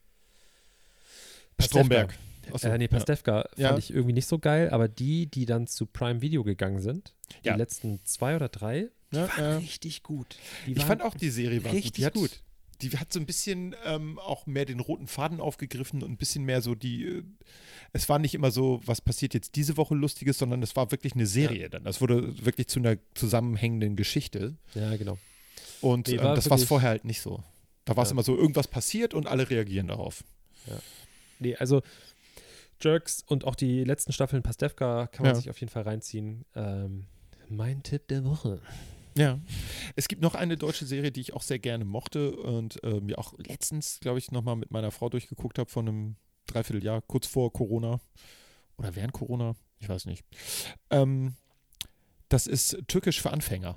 Stromberg. Achso, äh, nee, Pastewka ja. fand ja. ich irgendwie nicht so geil, aber die, die dann zu Prime Video gegangen sind, die ja. letzten zwei oder drei, die ja, waren ja. richtig gut. Die ich fand auch, die Serie war richtig gut. Die hat, gut. Die hat so ein bisschen ähm, auch mehr den roten Faden aufgegriffen und ein bisschen mehr so die, äh, es war nicht immer so, was passiert jetzt diese Woche Lustiges, sondern es war wirklich eine Serie ja. dann. Das wurde wirklich zu einer zusammenhängenden Geschichte. Ja, genau. Und nee, ähm, das war es vorher halt nicht so. Da war es ja. immer so, irgendwas passiert und alle reagieren darauf. Ja. Nee, also Jerks und auch die letzten Staffeln Pastewka kann man ja. sich auf jeden Fall reinziehen. Ähm, mein Tipp der Woche. Ja, es gibt noch eine deutsche Serie, die ich auch sehr gerne mochte und äh, mir auch letztens, glaube ich, nochmal mit meiner Frau durchgeguckt habe von einem Dreivierteljahr, kurz vor Corona oder während Corona, ich weiß nicht. Ähm, das ist Türkisch für Anfänger.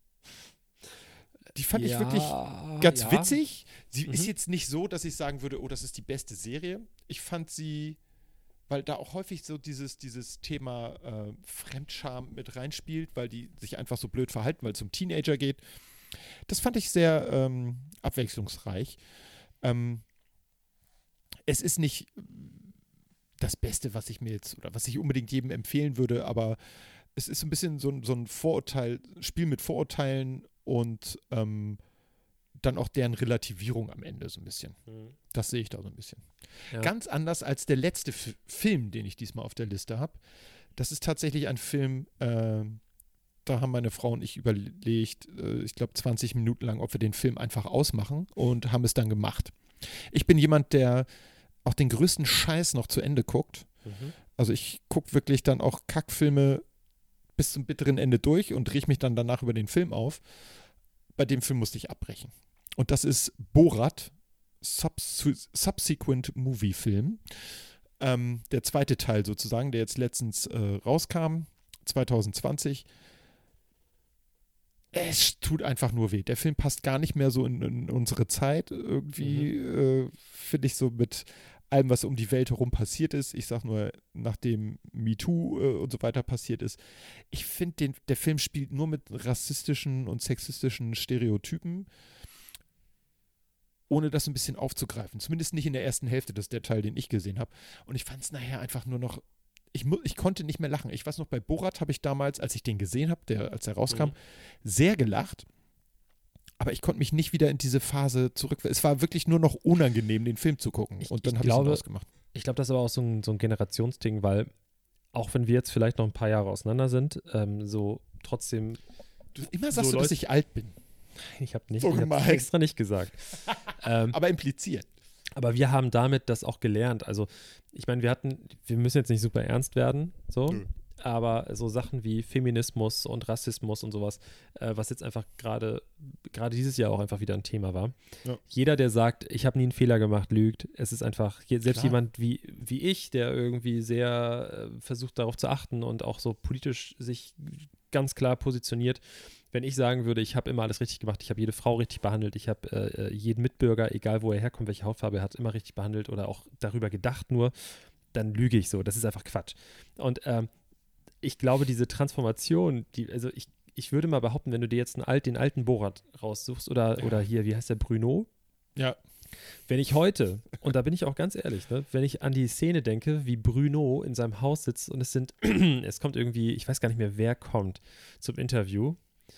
Die fand ja, ich wirklich ganz ja. witzig. Sie mhm. ist jetzt nicht so, dass ich sagen würde, oh, das ist die beste Serie. Ich fand sie, weil da auch häufig so dieses, dieses Thema äh, Fremdscham mit reinspielt, weil die sich einfach so blöd verhalten, weil es um Teenager geht. Das fand ich sehr ähm, abwechslungsreich. Ähm, es ist nicht das Beste, was ich mir jetzt, oder was ich unbedingt jedem empfehlen würde, aber es ist ein bisschen so, so ein Vorurteil, Spiel mit Vorurteilen und ähm, dann auch deren Relativierung am Ende so ein bisschen. Mhm. Das sehe ich da so ein bisschen. Ja. Ganz anders als der letzte F- Film, den ich diesmal auf der Liste habe. Das ist tatsächlich ein Film, äh, da haben meine Frau und ich überlegt, äh, ich glaube zwanzig Minuten lang, ob wir den Film einfach ausmachen und haben es dann gemacht. Ich bin jemand, der auch den größten Scheiß noch zu Ende guckt. Mhm. Also ich gucke wirklich dann auch Kackfilme bis zum bitteren Ende durch und rieche mich dann danach über den Film auf. Bei dem Film musste ich abbrechen. Und das ist Borat, Subs- Subsequent Movie Film. Ähm, der zweite Teil sozusagen, der jetzt letztens äh, rauskam, zwanzig zwanzig. Es tut einfach nur weh. Der Film passt gar nicht mehr so in, in unsere Zeit. Irgendwie mhm. äh, finde ich so mit allem, was um die Welt herum passiert ist. Ich sag nur, nachdem MeToo äh, und so weiter passiert ist. Ich finde, der Film spielt nur mit rassistischen und sexistischen Stereotypen, ohne das ein bisschen aufzugreifen. Zumindest nicht in der ersten Hälfte, das ist der Teil, den ich gesehen habe. Und ich fand es nachher einfach nur noch, ich, mu- ich konnte nicht mehr lachen. Ich weiß noch, bei Borat habe ich damals, als ich den gesehen habe, der, als er rauskam, mhm. sehr gelacht. Aber ich konnte mich nicht wieder in diese Phase zurück. Es war wirklich nur noch unangenehm, den Film zu gucken. Ich, und dann ich habe ich ihn ausgemacht. Ich glaube, das ist aber auch so ein, so ein Generationsding, weil auch wenn wir jetzt vielleicht noch ein paar Jahre auseinander sind, ähm, so trotzdem. Du, immer sagst so du, Leute, dass ich alt bin. Ich habe nicht, so ich hab's extra nicht gesagt. ähm, aber impliziert. Aber wir haben damit das auch gelernt. Also, ich meine, wir hatten, wir müssen jetzt nicht super ernst werden, so, mhm. aber so Sachen wie Feminismus und Rassismus und sowas, äh, was jetzt einfach gerade, gerade dieses Jahr auch einfach wieder ein Thema war. Ja. Jeder, der sagt, ich habe nie einen Fehler gemacht, lügt. Es ist einfach, selbst Klar. jemand wie, wie ich, der irgendwie sehr äh, versucht, darauf zu achten und auch so politisch sich ganz klar positioniert. Wenn ich sagen würde, ich habe immer alles richtig gemacht, ich habe jede Frau richtig behandelt, ich habe äh, jeden Mitbürger, egal wo er herkommt, welche Hautfarbe er hat, immer richtig behandelt oder auch darüber gedacht nur, dann lüge ich so. Das ist einfach Quatsch. Und ähm, ich glaube, diese Transformation, die, also ich, ich würde mal behaupten, wenn du dir jetzt einen alt, den alten Borat raussuchst oder, ja. oder hier, wie heißt der, Bruno? Ja. Wenn ich heute, und da bin ich auch ganz ehrlich, ne, wenn ich an die Szene denke, wie Bruno in seinem Haus sitzt und es sind, es kommt irgendwie, ich weiß gar nicht mehr, wer kommt zum Interview.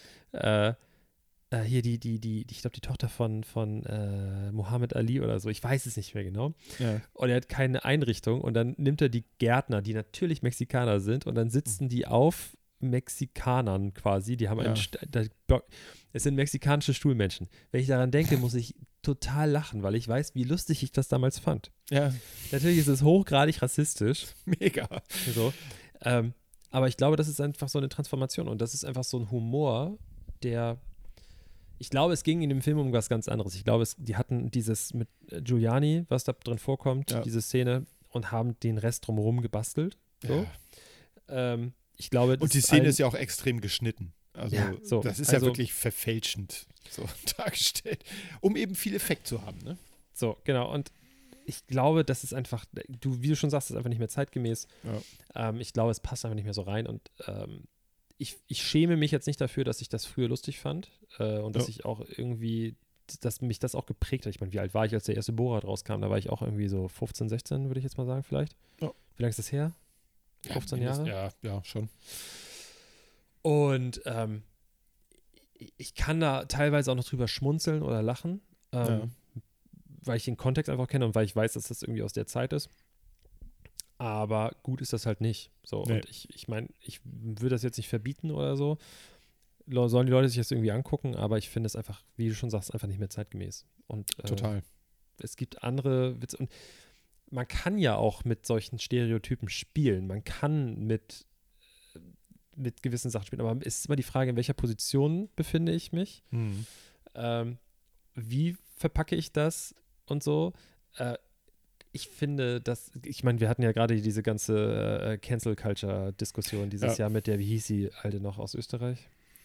Äh, äh, hier die, die, die, die ich glaube, die Tochter von, von äh, Muhammad Ali oder so, ich weiß es nicht mehr genau. Ja. Und er hat keine Einrichtung und dann nimmt er die Gärtner, die natürlich Mexikaner sind, und dann sitzen die auf Mexikanern quasi, die haben einen, Ja. St- da, es sind mexikanische Stuhlmenschen. Wenn ich daran denke, muss ich total lachen, weil ich weiß, wie lustig ich das damals fand. Ja. Natürlich ist es hochgradig rassistisch. Mega. So. Ähm, aber ich glaube, das ist einfach so eine Transformation und das ist einfach so ein Humor, der, ich glaube, es ging in dem Film um was ganz anderes. Ich glaube, es, die hatten dieses mit Giuliani, was da drin vorkommt, Ja. diese Szene, und haben den Rest drumherum gebastelt. So. Ja. Ähm, ich glaube, das Und die Szene allen, ist ja auch extrem geschnitten. Also Ja, so. das ist Also- ja wirklich verfälschend so dargestellt, um eben viel Effekt zu haben. Ne? So, genau. Und ich glaube, das ist einfach, du, wie du schon sagst, das ist einfach nicht mehr zeitgemäß. Ja. Ähm, ich glaube, es passt einfach nicht mehr so rein. Und ähm, ich, ich schäme mich jetzt nicht dafür, dass ich das früher lustig fand äh, und dass Ja. ich auch irgendwie, dass mich das auch geprägt hat. Ich meine, wie alt war ich, als der erste Borat rauskam? Da war ich auch irgendwie so fünfzehn, sechzehn, würde ich jetzt mal sagen, vielleicht. Ja. Wie lange ist das her? fünfzehn Jahre? Ja, ja, schon. Und ähm, ich kann da teilweise auch noch drüber schmunzeln oder lachen, ähm, Ja. weil ich den Kontext einfach kenne und weil ich weiß, dass das irgendwie aus der Zeit ist. Aber gut ist das halt nicht. So, Nee. und ich, ich meine, ich würde das jetzt nicht verbieten oder so. Lo- Sollen die Leute sich das irgendwie angucken, aber ich finde es einfach, wie du schon sagst, einfach nicht mehr zeitgemäß. Und äh, Total. es gibt andere Witze. Und man kann ja auch mit solchen Stereotypen spielen. Man kann mit, mit gewissen Sachen spielen. Aber es ist immer die Frage, in welcher Position befinde ich mich? Mhm. Ähm, wie verpacke ich das und so? Äh, ich finde, dass, ich meine, wir hatten ja gerade diese ganze äh, Cancel-Culture-Diskussion dieses Ja. Jahr mit der, wie hieß sie, alte noch aus Österreich?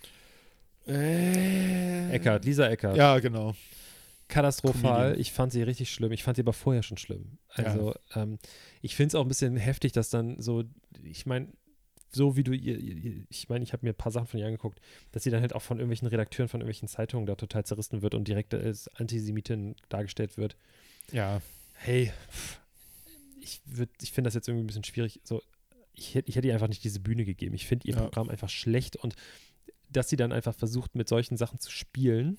Äh, Eckert, Lisa Eckert. Ja, genau. Katastrophal. Comedian. Ich fand sie richtig schlimm. Ich fand sie aber vorher schon schlimm. Also, ähm, ich finde es auch ein bisschen heftig, dass dann so, ich meine, so wie du ihr, ihr ich meine, ich habe mir ein paar Sachen von ihr angeguckt, dass sie dann halt auch von irgendwelchen Redakteuren von irgendwelchen Zeitungen da total zerrissen wird und direkt als Antisemitin dargestellt wird. Ja. Hey, pff, ich würde, ich finde das jetzt irgendwie ein bisschen schwierig. So, ich, hätt- ich hätte ihr einfach nicht diese Bühne gegeben. Ich finde ihr Ja. Programm einfach schlecht und dass sie dann einfach versucht, mit solchen Sachen zu spielen,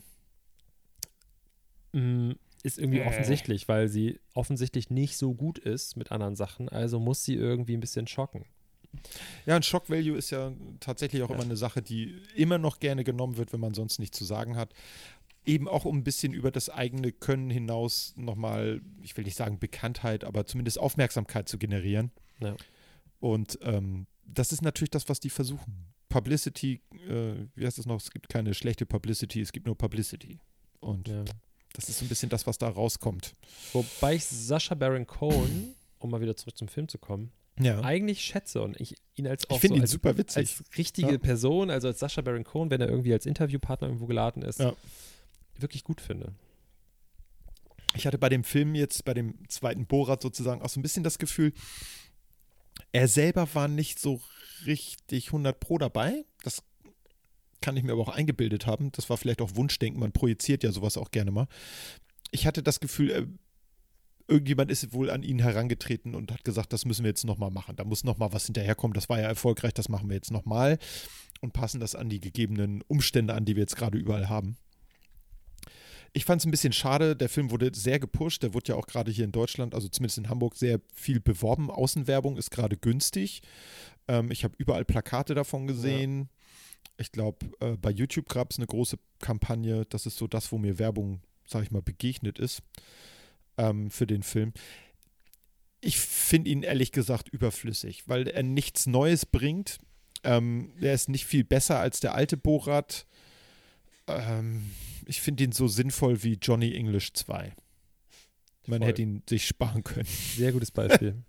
mh, ist irgendwie Äh. offensichtlich, weil sie offensichtlich nicht so gut ist mit anderen Sachen. Also muss sie irgendwie ein bisschen schocken. Ja, ein Shock Value ist ja tatsächlich auch Ja. immer eine Sache, die immer noch gerne genommen wird, wenn man sonst nichts zu sagen hat. Eben auch um ein bisschen über das eigene Können hinaus nochmal, ich will nicht sagen Bekanntheit, aber zumindest Aufmerksamkeit zu generieren. Ja. Und ähm, das ist natürlich das, was die versuchen. Publicity, äh, wie heißt es noch? Es gibt keine schlechte Publicity, es gibt nur Publicity. Und Ja. das ist so ein bisschen das, was da rauskommt. Wobei ich Sacha Baron Cohen, um mal wieder zurück zum Film zu kommen, Ja. eigentlich schätze und ich ihn als auch Ich finde so ihn als, super witzig. als richtige Ja. Person, also als Sacha Baron Cohen, wenn er irgendwie als Interviewpartner irgendwo geladen ist, Ja. wirklich gut finde. Ich hatte bei dem Film jetzt, bei dem zweiten Borat sozusagen, auch so ein bisschen das Gefühl, er selber war nicht so richtig hundert Pro dabei. Das kann ich mir aber auch eingebildet haben. Das war vielleicht auch Wunschdenken. Man projiziert ja sowas auch gerne mal. Ich hatte das Gefühl, äh, irgendjemand ist wohl an ihn herangetreten und hat gesagt, das müssen wir jetzt nochmal machen. Da muss nochmal was hinterherkommen. Das war ja erfolgreich, das machen wir jetzt nochmal und passen das an die gegebenen Umstände an, die wir jetzt gerade überall haben. Ich fand es ein bisschen schade, der Film wurde sehr gepusht, der wurde ja auch gerade hier in Deutschland, also zumindest in Hamburg, sehr viel beworben. Außenwerbung ist gerade günstig. Ähm, ich habe überall Plakate davon gesehen. Ich glaube, äh, bei YouTube gab es eine große Kampagne. Das ist so das, wo mir Werbung, sage ich mal, begegnet ist ähm, für den Film. Ich finde ihn ehrlich gesagt überflüssig, weil er nichts Neues bringt. Ähm, er ist nicht viel besser als der alte Borat. Ähm, ich finde ihn so sinnvoll wie Johnny English zwei. Man Voll. hätte ihn sich sparen können. Sehr gutes Beispiel.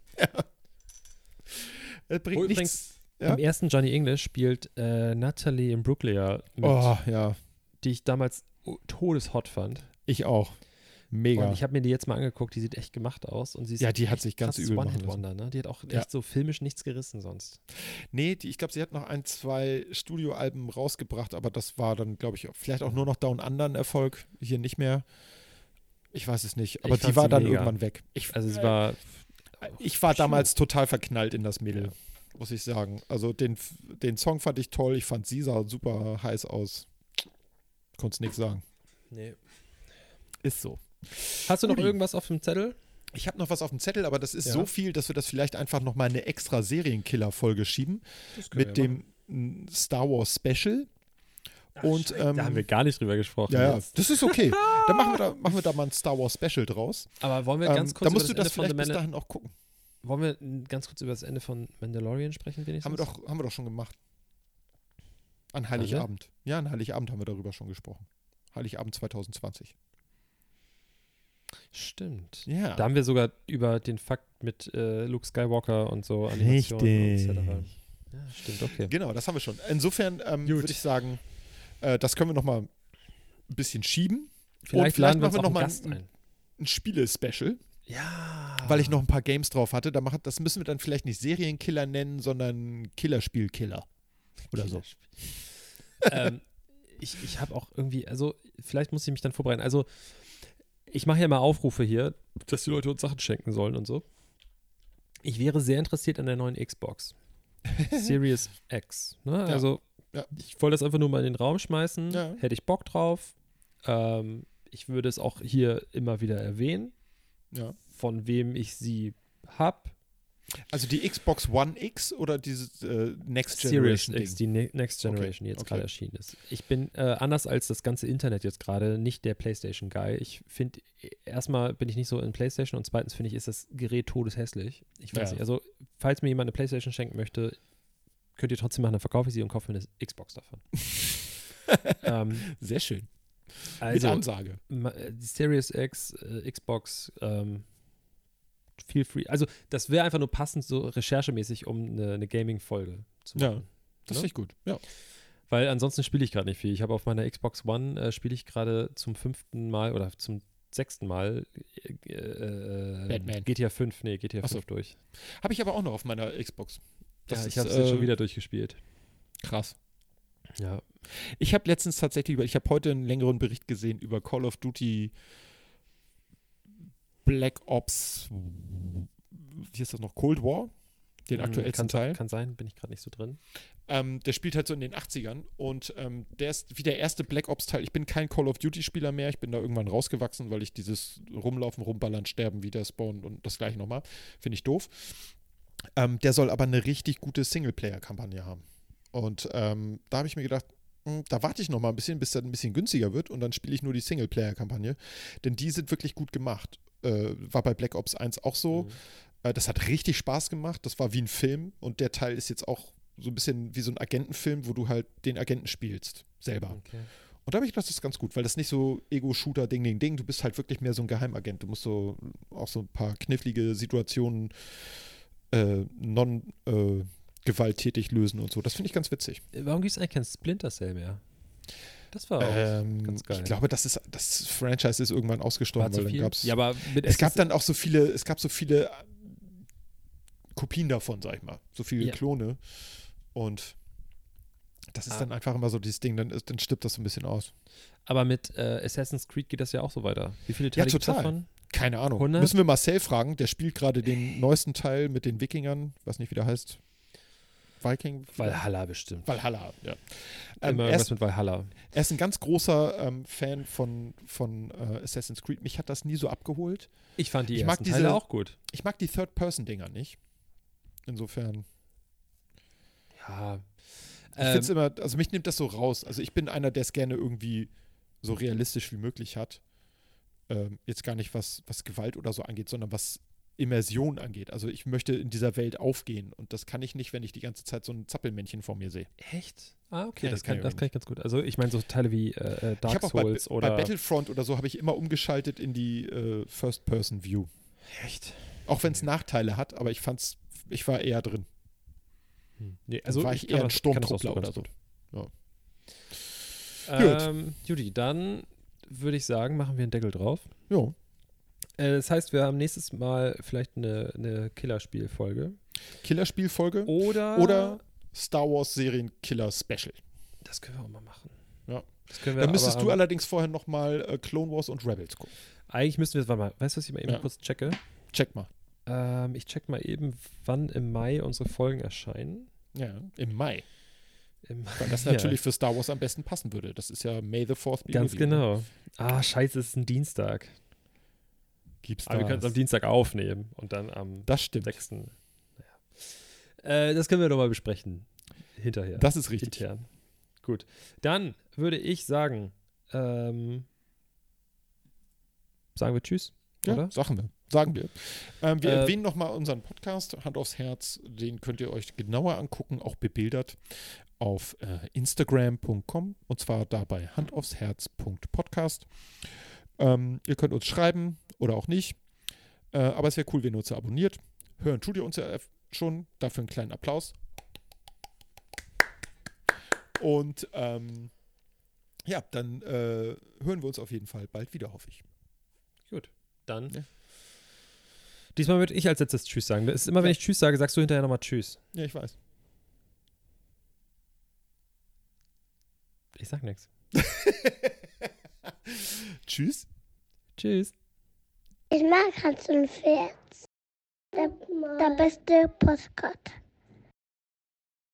Er bringt Oh, nichts. Ja? Im ersten Johnny English spielt äh, Natalie Imbruglia mit, Oh, ja. die ich damals oh, todeshot fand. Ich auch. Mega. Und ich habe mir die jetzt mal angeguckt, die sieht echt gemacht aus. Und sie ist Ja, die hat echt sich ganz krasses übel machen One-Hit-Wonder, ne? Die hat auch Ja. echt so filmisch nichts gerissen sonst. Nee, die, ich glaube, sie hat noch ein, zwei Studioalben rausgebracht, aber das war dann, glaube ich, vielleicht auch nur noch Down Under ein Erfolg. Hier nicht mehr. Ich weiß es nicht. Aber Ich die fand war sie dann mega. irgendwann weg. Ich, Also sie war ich war damals total verknallt in das Mädel, Ja. muss ich sagen. Also den, den Song fand ich toll. Ich fand sie sah super heiß aus. Konntest nichts sagen. nee. Ist so. Hast du noch Uli. irgendwas auf dem Zettel? Ich habe noch was auf dem Zettel, aber das ist Ja. so viel, dass wir das vielleicht einfach noch mal eine extra Serienkiller-Folge schieben mit dem mm, Star Wars Special. Und ähm, Da haben wir gar nicht drüber gesprochen. ja, ja, jetzt. das ist okay. Dann machen wir da, machen wir da mal ein Star Wars Special draus. Aber wollen wir Ähm, ganz kurz da über musst das du Ende das von The vielleicht bis Mandal- dahin auch gucken. Wollen wir n- ganz kurz über das Ende von Mandalorian sprechen, wenigstens? Haben wir doch, haben wir doch schon gemacht. An Heiligabend. Ja, an Heiligabend haben wir darüber schon gesprochen. Heiligabend zwanzig zwanzig. Stimmt. Ja. Da haben wir sogar über den Fakt mit äh, Luke Skywalker und so Animationen und et cetera. Ja, stimmt, okay. Genau, das haben wir schon. Insofern ähm, Gut. würde ich sagen, äh, das können wir noch mal ein bisschen schieben. Vielleicht, vielleicht laden wir machen uns wir auch noch einen mal Gast ein- ein. Ein Spiele-Special, Ja. weil ich noch ein paar Games drauf hatte. Da macht, das müssen wir dann vielleicht nicht Serienkiller nennen, sondern Killerspiel-Killer. Oder so. ähm, ich ich habe auch irgendwie, also vielleicht muss ich mich dann vorbereiten. Also ich mache ja mal Aufrufe hier, dass die Leute uns Sachen schenken sollen und so. Ich wäre sehr interessiert an der neuen Xbox. Series X. Ne? Ja. Also Ja. ich wollte das einfach nur mal in den Raum schmeißen. Ja. Hätte ich Bock drauf. Ähm, ich würde es auch hier immer wieder erwähnen, Ja. von wem ich sie habe. Also die Xbox One X oder dieses äh, Next Series Generation X, Ding? die ne Next Generation, die jetzt okay. gerade erschienen ist. Ich bin äh, anders als das ganze Internet jetzt gerade nicht der PlayStation-Guy. Ich finde, erstmal bin ich nicht so in PlayStation und zweitens finde ich, ist das Gerät todeshässlich. Ich weiß Ja. nicht, also falls mir jemand eine PlayStation schenken möchte, könnt ihr trotzdem machen, dann verkaufe ich sie und kaufe mir eine Xbox davon. ähm, Sehr schön. also, Mit Ansage. ma- die Series X, äh, Xbox, ähm, feel free. Also das wäre einfach nur passend so recherchemäßig, um eine, eine Gaming-Folge zu Ja. machen. Das Ne? finde ich gut. Ja. Weil ansonsten spiele ich gerade nicht viel. Ich habe auf meiner Xbox One äh, spiele ich gerade zum fünften Mal oder zum sechsten Mal äh, äh, Batman. G T A fünf, nee, G T A Ach so. fünf durch. Habe ich aber auch noch auf meiner Xbox. Das ja, ist, ich habe es jetzt äh, schon wieder durchgespielt. Krass. Ja. Ich habe letztens tatsächlich über, ich habe heute einen längeren Bericht gesehen über Call of Duty Black Ops, wie ist das noch, Cold War, den Hm, aktuellsten kann, Teil. Kann sein, bin ich gerade nicht so drin. Ähm, der spielt halt so in den achtzigern und ähm, der ist wie der erste Black Ops-Teil. Ich bin kein Call of Duty-Spieler mehr. Ich bin da irgendwann rausgewachsen, weil ich dieses Rumlaufen, Rumballern, Sterben, wieder spawnen und das gleiche nochmal, finde ich doof. Ähm, der soll aber eine richtig gute Singleplayer-Kampagne haben. Und ähm, da habe ich mir gedacht, mh, da warte ich noch mal ein bisschen, bis das ein bisschen günstiger wird und dann spiele ich nur die Singleplayer-Kampagne. Denn die sind wirklich gut gemacht. Äh, war bei Black Ops eins auch so. Mhm. Äh, das hat richtig Spaß gemacht. Das war wie ein Film und der Teil ist jetzt auch so ein bisschen wie so ein Agentenfilm, wo du halt den Agenten spielst, selber. Okay. Und da habe ich gedacht, das ist ganz gut, weil das nicht so Ego-Shooter, Ding, Ding, Ding, du bist halt wirklich mehr so ein Geheimagent. Du musst so auch so ein paar knifflige Situationen äh, non äh, gewalttätig lösen und so. Das finde ich ganz witzig. Warum gibt es eigentlich kein Splinter Cell mehr? Das war auch Ähm, ganz geil. Ich glaube, das ist das Franchise ist irgendwann war ausgestorben, zu weil dann viel. gab's. Ja, aber mit es gab S S dann auch so viele, es gab so viele Kopien davon, sag ich mal. So viele Ja. Klone. Und das ist Ah. dann einfach immer so dieses Ding, dann, ist, dann stirbt das so ein bisschen aus. aber mit äh, Assassin's Creed geht das ja auch so weiter. Wie viele Teile gibt's total. davon? Keine Ahnung. hundert? Müssen wir Marcel fragen, der spielt gerade den neuesten Teil mit den Wikingern, weiß nicht, wie der heißt. Viking? Valhalla bestimmt. Valhalla, ja. Ähm, Immer er, irgendwas ist, mit Valhalla. er ist ein ganz großer ähm, Fan von, von äh, Assassin's Creed. Mich hat das nie so abgeholt. Ich fand die Ich mag ersten diese- Teile auch gut. Ich mag die Third-Person-Dinger nicht. Insofern. Ja. Ich Ähm, finde es immer, also mich nimmt das so raus. Also ich bin einer, der es gerne irgendwie so realistisch wie möglich hat. Ähm, jetzt gar nicht, was, was Gewalt oder so angeht, sondern was Immersion angeht. Also ich möchte in dieser Welt aufgehen und das kann ich nicht, wenn ich die ganze Zeit so ein Zappelmännchen vor mir sehe. echt? Ah, okay, Ja, das, das kann kann, ich das auch kann ich ganz gut. Also ich meine so Teile wie äh, äh, Ich Dark habe auch bei, Souls bei oder... Battlefront oder so habe ich immer umgeschaltet in die äh, First-Person-View. Echt? Auch wenn es Nachteile hat, aber ich fand's, ich war eher drin. Hm. Nee, Also also war ich ich kann eher ein das- kann das auch Sturmtruppler so oder oder so. Ähm, Judy, dann würde ich sagen, machen wir einen Deckel drauf. Ja. Äh, das heißt, wir haben nächstes Mal vielleicht eine, eine Killerspielfolge. Killerspielfolge Oder, oder Star Wars Serienkiller Special. Das können wir auch mal machen. Ja. Das können wir Dann müsstest aber, du allerdings vorher nochmal äh, Clone Wars und Rebels gucken. Eigentlich müssten wir jetzt, warte mal, weißt du, was ich mal eben Ja. kurz checke? Check mal. Ähm, ich check mal eben, wann im Mai unsere Folgen erscheinen. Ja, im Mai. Im Weil das Ja. natürlich für Star Wars am besten passen würde. Das ist ja May the fourth be Ganz with you. genau. Ah, scheiße, es ist ein Dienstag. Gibt's Aber wir können es am das? Dienstag aufnehmen und dann am Das stimmt. sechsten Naja. Äh, das können wir doch mal besprechen. Hinterher. Das ist richtig. Intern. Gut. Dann würde ich sagen, ähm, sagen wir Tschüss, Ja, oder? sagen wir. Sagen wir. Ähm, wir Äh, erwähnen nochmal unseren Podcast, Hand aufs Herz. Den könnt ihr euch genauer angucken, auch bebildert auf äh, instagram punkt com und zwar dabei handaufsherz punkt podcast. Ähm, ihr könnt uns schreiben oder auch nicht. Äh, aber es wäre cool, wenn ihr uns abonniert. Hören tut ihr uns ja schon. Dafür einen kleinen Applaus. Und ähm, ja, dann äh, hören wir uns auf jeden Fall bald wieder, hoffe ich. Gut. Dann. Ja. Diesmal würde ich als letztes Tschüss sagen. Das ist immer, wenn Ja. ich Tschüss sage, sagst du hinterher nochmal Tschüss. Ja, ich weiß. Ich sag nichts. Tschüss. Tschüss. Ich mag Hans und Pferd. Der, der beste Postkarte.